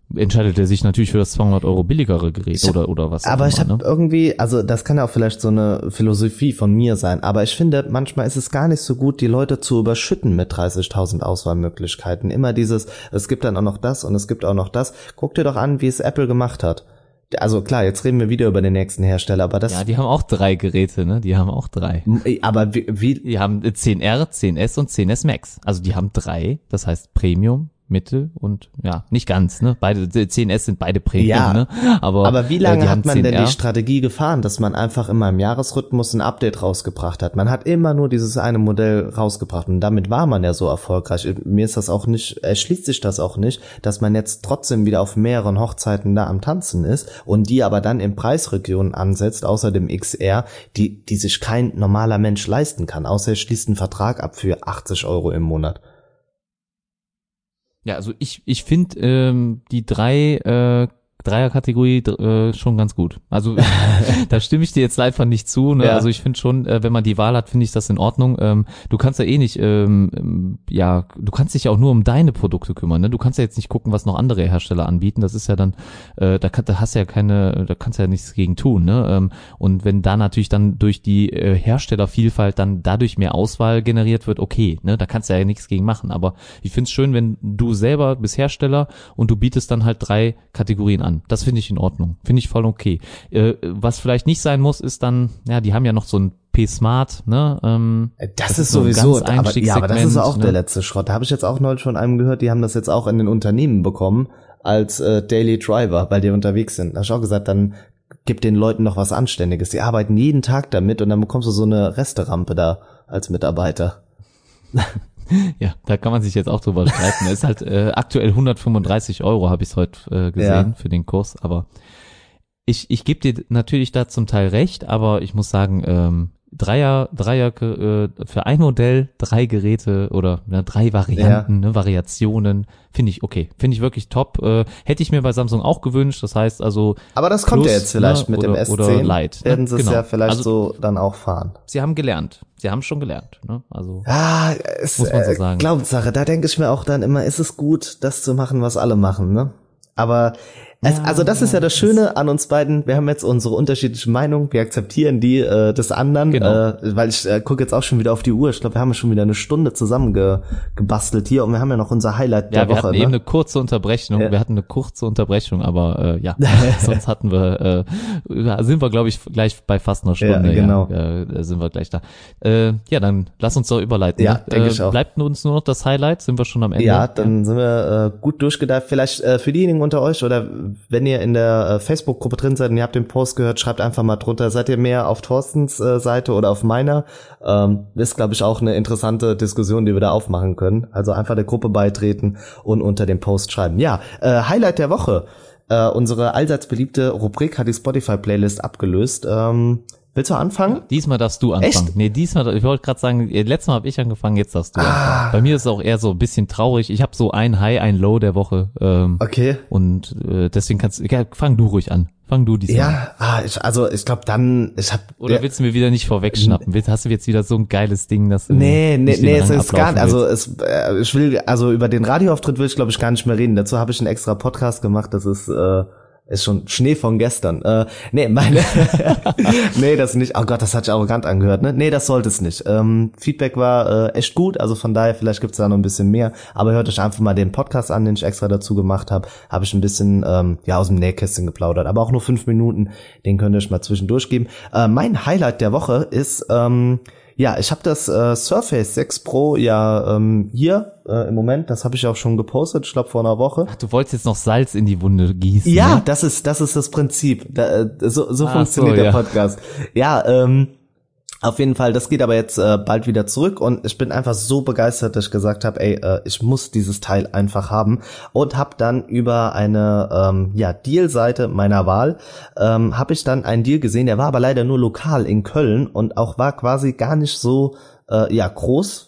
entscheidet er sich natürlich für das zweihundert Euro billigere Gerät hab, oder oder was. Aber ich habe ne? irgendwie, also das kann ja auch vielleicht so eine Philosophie von mir sein, aber ich finde, manchmal ist es gar nicht so gut, die Leute zu überschütten mit dreißigtausend Auswahlmöglichkeiten. Immer dieses, es gibt dann auch noch das und es gibt auch noch das. Guck dir doch an, wie es Apple gemacht hat. Also klar, jetzt reden wir wieder über den nächsten Hersteller, aber das... Ja, die haben auch drei Geräte, ne? Die haben auch drei. Aber wie... wie die haben zehn R, zehn S und zehn S Max. Also die haben drei, das heißt Premium, Mittel und ja, nicht ganz, ne? Beide zehn S sind beide Premium, ja, ne? Aber aber wie lange äh, hat man zehn R denn die Strategie gefahren, dass man einfach immer im Jahresrhythmus ein Update rausgebracht hat? Man hat immer nur dieses eine Modell rausgebracht und damit war man ja so erfolgreich. Mir ist das auch nicht, erschließt sich das auch nicht, dass man jetzt trotzdem wieder auf mehreren Hochzeiten da am Tanzen ist und die aber dann in Preisregionen ansetzt, außer dem X R, die, die sich kein normaler Mensch leisten kann, außer er schließt einen Vertrag ab für achtzig Euro im Monat. Ja, also ich ich finde ähm, die drei äh, Dreier-Kategorie äh, schon ganz gut. Also da stimme ich dir jetzt einfach nicht zu. Ne? Ja. Also ich finde schon, äh, wenn man die Wahl hat, finde ich das in Ordnung. Ähm, du kannst ja eh nicht, ähm, ja, du kannst dich ja auch nur um deine Produkte kümmern. Ne? Du kannst ja jetzt nicht gucken, was noch andere Hersteller anbieten. Das ist ja dann, äh, da, kann, da hast du ja keine, da kannst du ja nichts gegen tun. Ne? Ähm, und wenn da natürlich dann durch die äh, Herstellervielfalt dann dadurch mehr Auswahl generiert wird, okay, ne? Da kannst du ja nichts gegen machen. Aber ich finde es schön, wenn du selber bist Hersteller und du bietest dann halt drei Kategorien an. Das finde ich in Ordnung. Finde ich voll okay. Äh, was vielleicht nicht sein muss, ist dann, ja, die haben ja noch so ein P-Smart, ne? Ähm, das, das ist so sowieso, aber, ja, aber das ist auch ne? der letzte Schrott. Da habe ich jetzt auch neulich von einem gehört, die haben das jetzt auch in den Unternehmen bekommen als äh, Daily Driver, weil die unterwegs sind. Da habe ich auch gesagt, dann gib den Leuten noch was Anständiges. Die arbeiten jeden Tag damit und dann bekommst du so eine Resterampe da als Mitarbeiter. Ja, da kann man sich jetzt auch drüber streiten. Es ist halt äh, aktuell hundertfünfunddreißig Euro, habe ich es heute äh, gesehen, ja, für den Kurs. Aber ich ich gebe dir natürlich da zum Teil recht, aber ich muss sagen, ähm, Dreier, Dreier äh, für ein Modell, drei Geräte oder ne, drei Varianten, ja, ne, Variationen, finde ich okay, finde ich wirklich top. Äh, hätte ich mir bei Samsung auch gewünscht, das heißt also. Aber das kommt Plus, ja jetzt vielleicht ne, mit oder, dem S zehn. Oder Lite, werden ne? sie es genau. ja vielleicht also, so dann auch fahren. Sie haben gelernt, sie haben schon gelernt, ne? Also ah, es, muss man so sagen. Äh, Glaubenssache, da denke ich mir auch dann immer, ist es gut, das zu machen, was alle machen, ne? Aber es, also das ist ja das Schöne an uns beiden. Wir haben jetzt unsere unterschiedliche Meinung. Wir akzeptieren die äh, des anderen, genau. äh, weil ich äh, gucke jetzt auch schon wieder auf die Uhr. Ich glaube, wir haben schon wieder eine Stunde zusammen ge, gebastelt hier und wir haben ja noch unser Highlight ja, der Woche. Ja, wir hatten ne? eben eine kurze Unterbrechung. Ja. Wir hatten eine kurze Unterbrechung, aber äh, ja, sonst hatten wir, äh, sind wir glaube ich gleich bei fast einer Stunde. Ja, genau. Ja, äh, sind wir gleich da. Äh, ja, dann lass uns doch überleiten. Ja, ne? denke äh, ich auch. Bleibt uns nur noch das Highlight. Sind wir schon am Ende? Ja, dann ja. sind wir äh, gut durchgedacht. Vielleicht äh, für diejenigen unter euch oder wenn ihr in der Facebook-Gruppe drin seid und ihr habt den Post gehört, schreibt einfach mal drunter, seid ihr mehr auf Thorstens äh, Seite oder auf meiner? Ähm, ist, glaube ich, auch eine interessante Diskussion, die wir da aufmachen können. Also einfach der Gruppe beitreten und unter dem Post schreiben. Ja, äh, Highlight der Woche. Äh, unsere allseits beliebte Rubrik hat die Spotify-Playlist abgelöst. Ähm, Willst du anfangen? Diesmal darfst du anfangen. Echt? Nee, diesmal, ich wollte gerade sagen, letztes Mal habe ich angefangen, jetzt darfst du ah. anfangen. Bei mir ist es auch eher so ein bisschen traurig. Ich habe so ein High, ein Low der Woche. Ähm, okay. Und äh, deswegen kannst du, ja, fang du ruhig an. Fang du diesmal ja, an. Ja, ah, ich, also ich glaube dann, ich habe. Oder ja, willst du mir wieder nicht vorwegschnappen? Willst, hast du jetzt wieder so ein geiles Ding, dass du Nee, nee, nee, es ist gar nicht, also es, äh, ich will, also über den Radioauftritt will ich glaube ich gar nicht mehr reden. Dazu habe ich einen extra Podcast gemacht, das ist äh, ist schon Schnee von gestern. Äh, nee, meine nee, das nicht. Oh Gott, das hat sich arrogant angehört, ne? Nee, das sollte es nicht. Ähm, Feedback war äh, echt gut, also von daher, vielleicht gibt's da noch ein bisschen mehr. Aber hört euch einfach mal den Podcast an, den ich extra dazu gemacht habe. Habe ich ein bisschen ähm, ja aus dem Nähkästchen geplaudert. Aber auch nur fünf Minuten, den könnt ihr euch mal zwischendurch geben. Äh, mein Highlight der Woche ist, ähm, ja, ich habe das äh, Surface sechs Pro ja ähm, hier äh, im Moment, das habe ich auch schon gepostet, ich glaube vor einer Woche. Ach, du wolltest jetzt noch Salz in die Wunde gießen. Ja, ne? das ist das ist das Prinzip. Da, äh, so so funktioniert so, der ja. Podcast. Ja, ähm auf jeden Fall, das geht aber jetzt äh, bald wieder zurück und ich bin einfach so begeistert, dass ich gesagt habe, ey, äh, ich muss dieses Teil einfach haben und habe dann über eine ähm, ja Deal-Seite meiner Wahl ähm, habe ich dann einen Deal gesehen, der war aber leider nur lokal in Köln und auch war quasi gar nicht so äh, ja groß.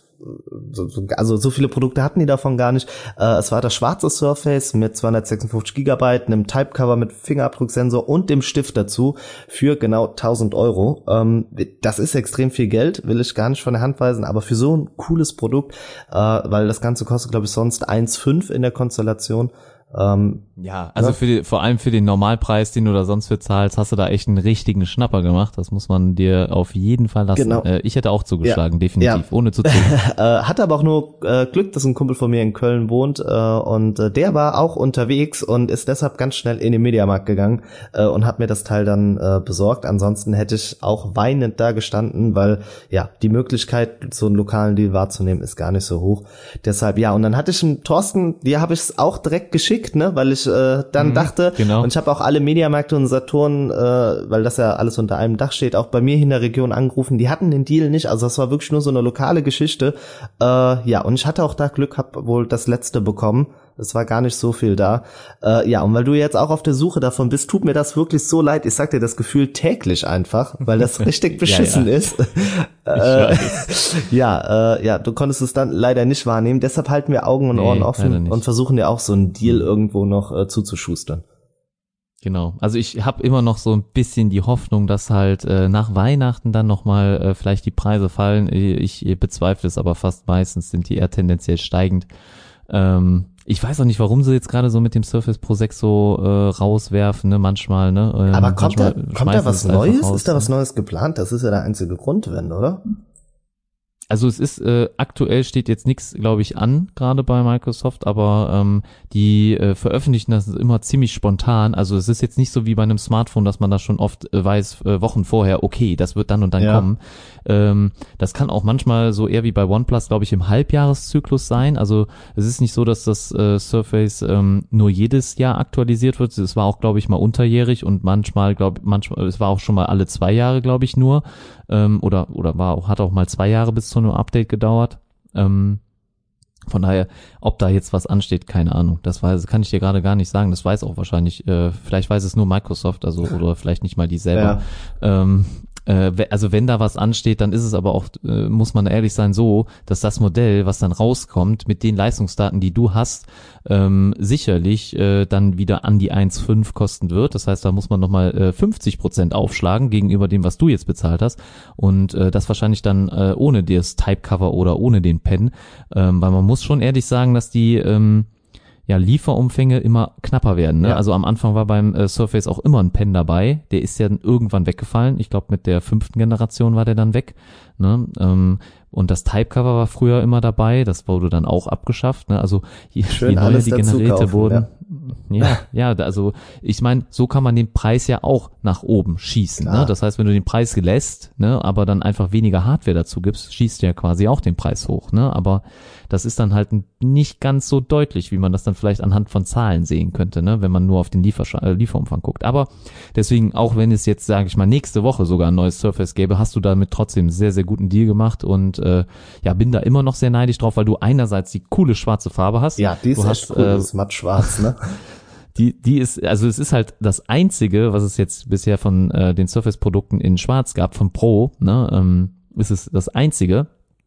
Also so viele Produkte hatten die davon gar nicht. Äh, es war das schwarze Surface mit zweihundertsechsundfünfzig Gigabyte, einem Typecover mit Fingerabdrucksensor und dem Stift dazu für genau tausend Euro. Ähm, das ist extrem viel Geld, will ich gar nicht von der Hand weisen, aber für so ein cooles Produkt, äh, weil das Ganze kostet, glaube ich, sonst eins Komma fünf in der Konstellation, Ähm, ja, also ja. für die, vor allem für den Normalpreis, den du da sonst für zahlst, hast du da echt einen richtigen Schnapper gemacht. Das muss man dir auf jeden Fall lassen. Genau. Äh, ich hätte auch zugeschlagen, ja. definitiv, ja. ohne zu zählen. äh, hatte aber auch nur äh, Glück, dass ein Kumpel von mir in Köln wohnt äh, und äh, der war auch unterwegs und ist deshalb ganz schnell in den Mediamarkt gegangen äh, und hat mir das Teil dann äh, besorgt. Ansonsten hätte ich auch weinend da gestanden, weil ja die Möglichkeit, so einen lokalen Deal wahrzunehmen, ist gar nicht so hoch. Deshalb ja, und dann hatte ich einen Thorsten, dir habe ich es auch direkt geschickt, ne, weil ich äh, dann mhm, dachte, genau. Und ich habe auch alle Mediamärkte und Saturn, äh, weil das ja alles unter einem Dach steht, auch bei mir in der Region angerufen, die hatten den Deal nicht, also das war wirklich nur so eine lokale Geschichte. Äh, ja, und ich hatte auch da Glück, hab wohl das letzte bekommen. Es war gar nicht so viel da. Äh, ja, und weil du jetzt auch auf der Suche davon bist, tut mir das wirklich so leid. Ich sag dir das Gefühl täglich einfach, weil das richtig beschissen ja, ja. ist. äh, ja, äh, ja, du konntest es dann leider nicht wahrnehmen. Deshalb halten wir Augen und nee, Ohren offen und versuchen dir auch so einen Deal irgendwo noch äh, zuzuschustern. Genau, also ich habe immer noch so ein bisschen die Hoffnung, dass halt äh, nach Weihnachten dann nochmal äh, vielleicht die Preise fallen. Ich, ich bezweifle es, aber fast meistens sind die eher tendenziell steigend. Ähm, ich weiß auch nicht, warum sie jetzt gerade so mit dem Surface Pro sechs so äh, rauswerfen, ne, manchmal, ne. Ähm, aber kommt da, kommt da was Neues? Raus, ist da was Neues geplant? Das ist ja der einzige Grund, wenn, oder? Also es ist äh, aktuell steht jetzt nichts, glaube ich, an, gerade bei Microsoft, aber ähm, die äh, veröffentlichen das immer ziemlich spontan. Also es ist jetzt nicht so wie bei einem Smartphone, dass man das schon oft äh, weiß, äh, Wochen vorher, okay, das wird dann und dann ja. kommen. Ähm, das kann auch manchmal so eher wie bei OnePlus, glaube ich, im Halbjahreszyklus sein. Also es ist nicht so, dass das äh, Surface ähm, nur jedes Jahr aktualisiert wird. Es war auch, glaube ich, mal unterjährig und manchmal, glaube manchmal, es war auch schon mal alle zwei Jahre, glaube ich, nur. Ähm, oder oder war auch hat auch mal zwei Jahre bis zu einem Update gedauert. Ähm, von daher, ob da jetzt was ansteht, keine Ahnung. Das weiß, kann ich dir gerade gar nicht sagen. Das weiß auch wahrscheinlich, äh, vielleicht weiß es nur Microsoft, also oder vielleicht nicht mal die selber. Ja. Ähm, also wenn da was ansteht, dann ist es aber auch, äh, muss man ehrlich sein, so, dass das Modell, was dann rauskommt, mit den Leistungsdaten, die du hast, ähm, sicherlich äh, dann wieder an die eins Komma fünf kosten wird. Das heißt, da muss man nochmal äh, fünfzig Prozent aufschlagen gegenüber dem, was du jetzt bezahlt hast. Und äh, das wahrscheinlich dann äh, ohne das Typecover oder ohne den Pen. Ähm, weil man muss schon ehrlich sagen, dass die ähm, ja, Lieferumfänge immer knapper werden. Ne? Ja. Also am Anfang war beim äh, Surface auch immer ein Pen dabei. Der ist ja dann irgendwann weggefallen. Ich glaube, mit der fünften Generation war der dann weg. Ne? Ähm, und das Typecover war früher immer dabei. Das wurde dann auch abgeschafft. Ne? Also je, je neuer die Geräte kaufen, wurden. Ja, ja, ja also ich meine, so kann man den Preis ja auch nach oben schießen. Ne? Das heißt, wenn du den Preis lässt, ne, aber dann einfach weniger Hardware dazu gibst, schießt du ja quasi auch den Preis hoch. Ne? Aber das ist dann halt nicht ganz so deutlich, wie man das dann vielleicht anhand von Zahlen sehen könnte, ne, wenn man nur auf den Liefersch- äh, Lieferumfang guckt. Aber deswegen, auch wenn es jetzt, sage ich mal, nächste Woche sogar ein neues Surface gäbe, hast du damit trotzdem einen sehr, sehr guten Deal gemacht und äh, ja, bin da immer noch sehr neidisch drauf, weil du einerseits die coole schwarze Farbe hast. Ja, die ist du echt hast, cool, äh, das ist matt schwarz, ne? Die, die ist, also es ist halt das einzige, was es jetzt bisher von äh, den Surface-Produkten in Schwarz gab, von Pro, ne, ähm, ist es das einzige.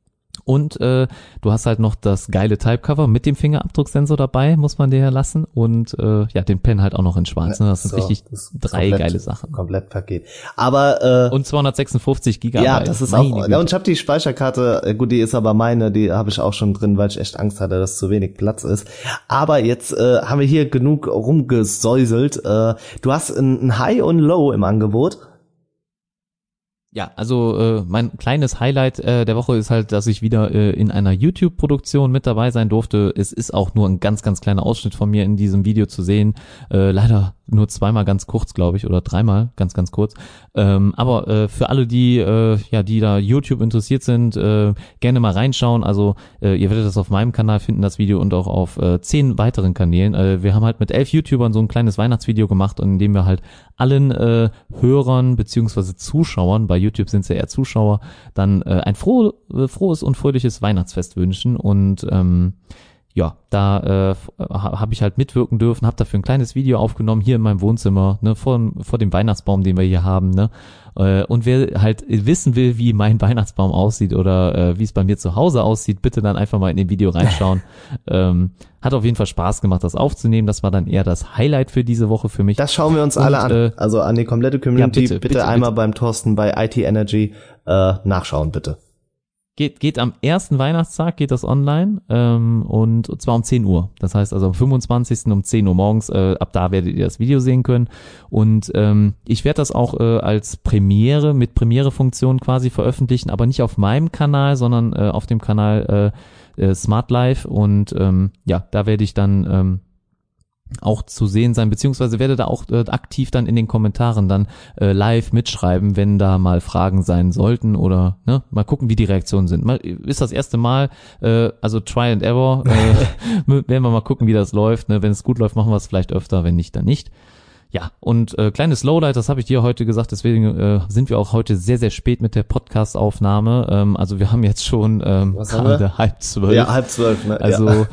Und äh, du hast halt noch das geile Typecover mit dem Fingerabdrucksensor dabei, muss man dir ja lassen. Und äh, ja, den Pen halt auch noch in schwarz. Ne? Das sind so, richtig das drei komplett, geile Sachen. Komplett Paket. Aber äh, und zweihundertsechsundfünfzig Gigabyte. Ja, das ist meine auch. Ja, und ich habe die Speicherkarte, gut, die ist aber meine, die habe ich auch schon drin, weil ich echt Angst hatte, dass zu wenig Platz ist. Aber jetzt äh, haben wir hier genug rumgesäuselt. Äh, du hast ein, ein High und Low im Angebot. Ja, also äh, mein kleines Highlight äh, der Woche ist halt, dass ich wieder äh, in einer YouTube-Produktion mit dabei sein durfte. Es ist auch nur ein ganz, ganz kleiner Ausschnitt von mir in diesem Video zu sehen. Äh, leider nur zweimal ganz kurz, glaube ich, oder dreimal ganz, ganz kurz. Ähm, aber äh, für alle, die äh, ja, die da YouTube interessiert sind, äh, gerne mal reinschauen. Also äh, ihr werdet das auf meinem Kanal finden, das Video, und auch auf äh, zehn weiteren Kanälen. Äh, wir haben halt mit elf YouTubern so ein kleines Weihnachtsvideo gemacht, in dem wir halt allen äh, Hörern beziehungsweise Zuschauern, bei YouTube sind es ja eher Zuschauer, dann äh, ein froh, äh, frohes und fröhliches Weihnachtsfest wünschen. Und ähm, ja, da äh, habe ich halt mitwirken dürfen, habe dafür ein kleines Video aufgenommen, hier in meinem Wohnzimmer, ne, vor, vor dem Weihnachtsbaum, den wir hier haben, ne. Äh, und wer halt wissen will, wie mein Weihnachtsbaum aussieht oder äh, wie es bei mir zu Hause aussieht, bitte dann einfach mal in den Video reinschauen. ähm, hat auf jeden Fall Spaß gemacht, das aufzunehmen. Das war dann eher das Highlight für diese Woche für mich. Das schauen wir uns und, alle an. Äh, also an die komplette Community. Ja, bitte, bitte, bitte einmal bitte. beim Thorsten bei I T Energy äh, nachschauen, bitte. Geht, geht am ersten Weihnachtstag, geht das online, ähm, und zwar um zehn Uhr. Das heißt also am fünfundzwanzigsten um zehn Uhr morgens, äh, ab da werdet ihr das Video sehen können. Und ähm, ich werde das auch äh, als Premiere, mit Premiere-Funktion quasi veröffentlichen, aber nicht auf meinem Kanal, sondern äh, auf dem Kanal äh, äh, Smart Life. Und ähm, ja, da werde ich dann ähm, auch zu sehen sein, beziehungsweise werde da auch äh, aktiv dann in den Kommentaren dann äh, live mitschreiben, wenn da mal Fragen sein sollten oder ne, mal gucken, wie die Reaktionen sind. Mal, ist das erste Mal, äh, also Try and Error, äh, werden wir mal gucken, wie das läuft. Ne? Wenn es gut läuft, machen wir es vielleicht öfter, wenn nicht, dann nicht. Ja, und äh, kleines Lowlight, das habe ich dir heute gesagt, deswegen äh, sind wir auch heute sehr, sehr spät mit der Podcast-Aufnahme. Ähm, also wir haben jetzt schon ähm, gerade halb zwölf. Ja, halb zwölf, ne? Also ja.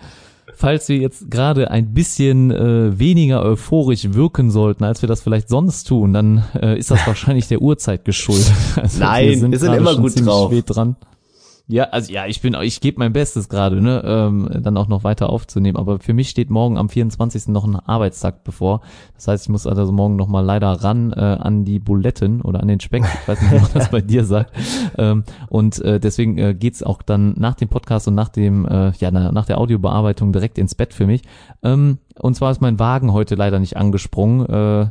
Falls wir jetzt gerade ein bisschen äh, weniger euphorisch wirken sollten, als wir das vielleicht sonst tun, dann äh, ist das wahrscheinlich der Uhrzeit geschuldet. Also Nein, wir sind, wir sind immer gut drauf. Spät dran. Ja, also ja, ich bin, ich gebe mein Bestes gerade, ne, ähm, dann auch noch weiter aufzunehmen. Aber für mich steht morgen am vierundzwanzigsten noch ein Arbeitstag bevor. Das heißt, ich muss also morgen noch mal leider ran äh, an die Buletten oder an den Speck. Ich weiß nicht, ob das bei dir sagt. Ähm, und äh, deswegen äh, geht's auch dann nach dem Podcast und nach dem, äh, ja, nach der Audiobearbeitung direkt ins Bett für mich. Ähm, und zwar ist mein Wagen heute leider nicht angesprungen. Äh,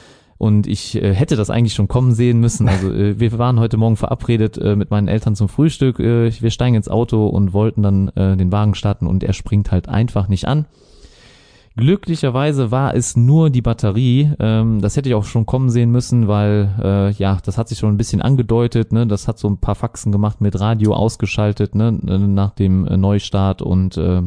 Und ich äh, hätte das eigentlich schon kommen sehen müssen. Also äh, wir waren heute Morgen verabredet äh, mit meinen Eltern zum Frühstück. Äh, wir steigen ins Auto und wollten dann äh, den Wagen starten und er springt halt einfach nicht an. Glücklicherweise war es nur die Batterie. Ähm, das hätte ich auch schon kommen sehen müssen, weil äh, ja, das hat sich schon ein bisschen angedeutet. Ne? Das hat so ein paar Faxen gemacht, mit Radio ausgeschaltet, ne? Nach dem äh, Neustart und äh,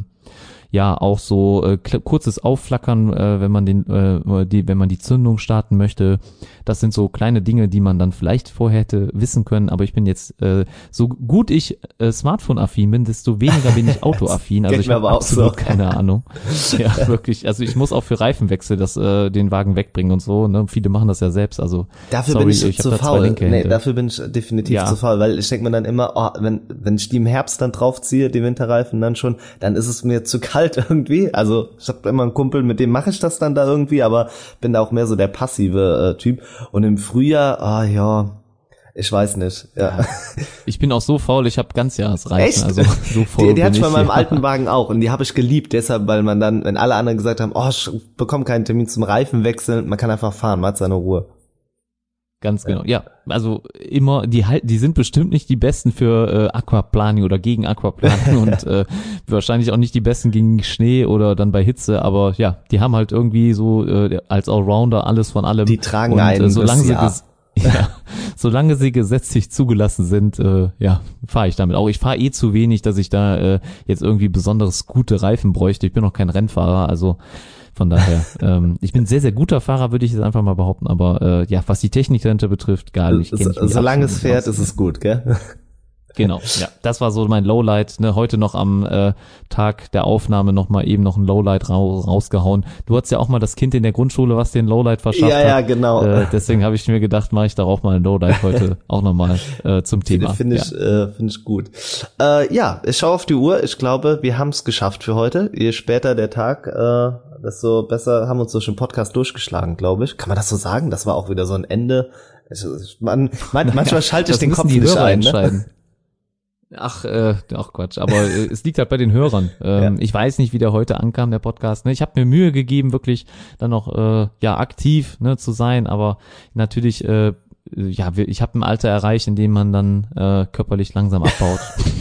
ja auch so äh, kurzes Aufflackern, äh, wenn man den, äh, die, wenn man die Zündung starten möchte. Das sind so kleine Dinge, die man dann vielleicht vorher hätte wissen können. Aber ich bin jetzt äh, so gut ich äh, Smartphone-affin bin, desto weniger bin ich Autoaffin. Also ich habe absolut so. keine Ahnung. Ja, wirklich. Also ich muss auch für Reifenwechsel das äh, den Wagen wegbringen und so. Ne? Viele machen das ja selbst. Also dafür sorry, bin ich, ich zu faul. Nee, dafür bin ich definitiv ja. zu faul, weil ich denke mir dann immer, oh, wenn wenn ich die im Herbst dann draufziehe, die Winterreifen dann schon, dann ist es mir zu kalt irgendwie. Also ich habe immer einen Kumpel, mit dem mache ich das dann da irgendwie, aber bin da auch mehr so der passive äh, Typ. Und im Frühjahr, ah ja, ich weiß nicht. Ja. Ja. Ich bin auch so faul, ich habe Ganzjahresreifen. Echt? Also so faul die die hatte ich bei meinem ja. alten Wagen auch und die habe ich geliebt. Deshalb, weil man dann, wenn alle anderen gesagt haben, oh, ich bekomme keinen Termin zum Reifenwechseln, man kann einfach fahren, man hat seine Ruhe. Ganz genau, ja. Also immer, die halt, die sind bestimmt nicht die besten für äh, Aquaplaning oder gegen Aquaplaning und äh, wahrscheinlich auch nicht die besten gegen Schnee oder dann bei Hitze, aber ja, die haben halt irgendwie so äh, als Allrounder alles von allem. Die tragen und, einen äh, solange das sie Jahr. ges- ja, solange sie gesetzlich zugelassen sind, äh, ja, fahre ich damit. Auch ich fahre eh zu wenig, dass ich da äh, jetzt irgendwie besonders gute Reifen bräuchte. Ich bin noch kein Rennfahrer, also von daher, ähm, ich bin ein sehr, sehr guter Fahrer, würde ich jetzt einfach mal behaupten, aber äh, ja, was die Technik dahinter betrifft, gar nicht. So, solange es fährt, ist es gut, gell? Genau, ja, das war so mein Lowlight, ne, heute noch am äh, Tag der Aufnahme noch mal eben noch ein Lowlight ra- rausgehauen. Du hattest ja auch mal das Kind in der Grundschule, was dir ein Lowlight verschafft ja, hat. Ja, genau. Äh, deswegen habe ich mir gedacht, mache ich da auch mal ein Lowlight heute auch nochmal äh, zum Thema. Finde ich, ja. äh, finde ich gut. Äh, ja, ich schaue auf die Uhr. Ich glaube, wir haben es geschafft für heute. Je später der Tag, äh, desto besser haben wir uns durch den Podcast durchgeschlagen, glaube ich. Kann man das so sagen? Das war auch wieder so ein Ende. Ich, man, man, manchmal schalte ich den Kopf die nicht Hörer ein. Ne? Ach, äh, ach Quatsch, aber äh, es liegt halt bei den Hörern. Ähm, ja. Ich weiß nicht, wie der heute ankam, der Podcast. Ne? Ich habe mir Mühe gegeben, wirklich dann noch äh, ja aktiv ne, zu sein, aber natürlich, äh, ja, ich habe ein Alter erreicht, in dem man dann äh, körperlich langsam abbaut.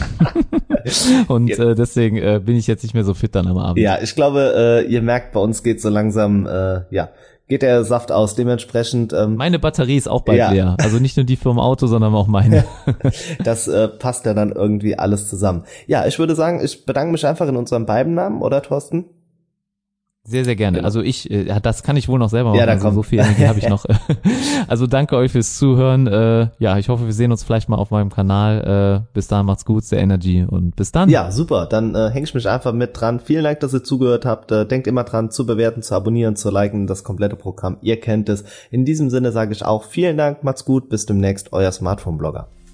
Und ja. äh, deswegen äh, bin ich jetzt nicht mehr so fit dann am Abend. Ja, ich glaube, äh, ihr merkt, bei uns geht so langsam, äh, ja, geht der Saft aus. Dementsprechend. Ähm, meine Batterie ist auch bald ja. leer. Also nicht nur die vom Auto, sondern auch meine. Das äh, passt ja dann irgendwie alles zusammen. Ja, ich würde sagen, ich bedanke mich einfach in unserem beiden Namen, oder Thorsten? Sehr, sehr gerne. Also ich, äh, das kann ich wohl noch selber machen. Ja, dann also komm. So viel Energie habe ich noch. Also danke euch fürs Zuhören. Äh, ja, ich hoffe, wir sehen uns vielleicht mal auf meinem Kanal. Äh, bis dahin macht's gut, sehr Energy und bis dann. Ja, super. Dann äh, hänge ich mich einfach mit dran. Vielen Dank, dass ihr zugehört habt. Äh, denkt immer dran, zu bewerten, zu abonnieren, zu liken, das komplette Programm. Ihr kennt es. In diesem Sinne sage ich auch vielen Dank, macht's gut, bis demnächst, euer Smartphone-Blogger.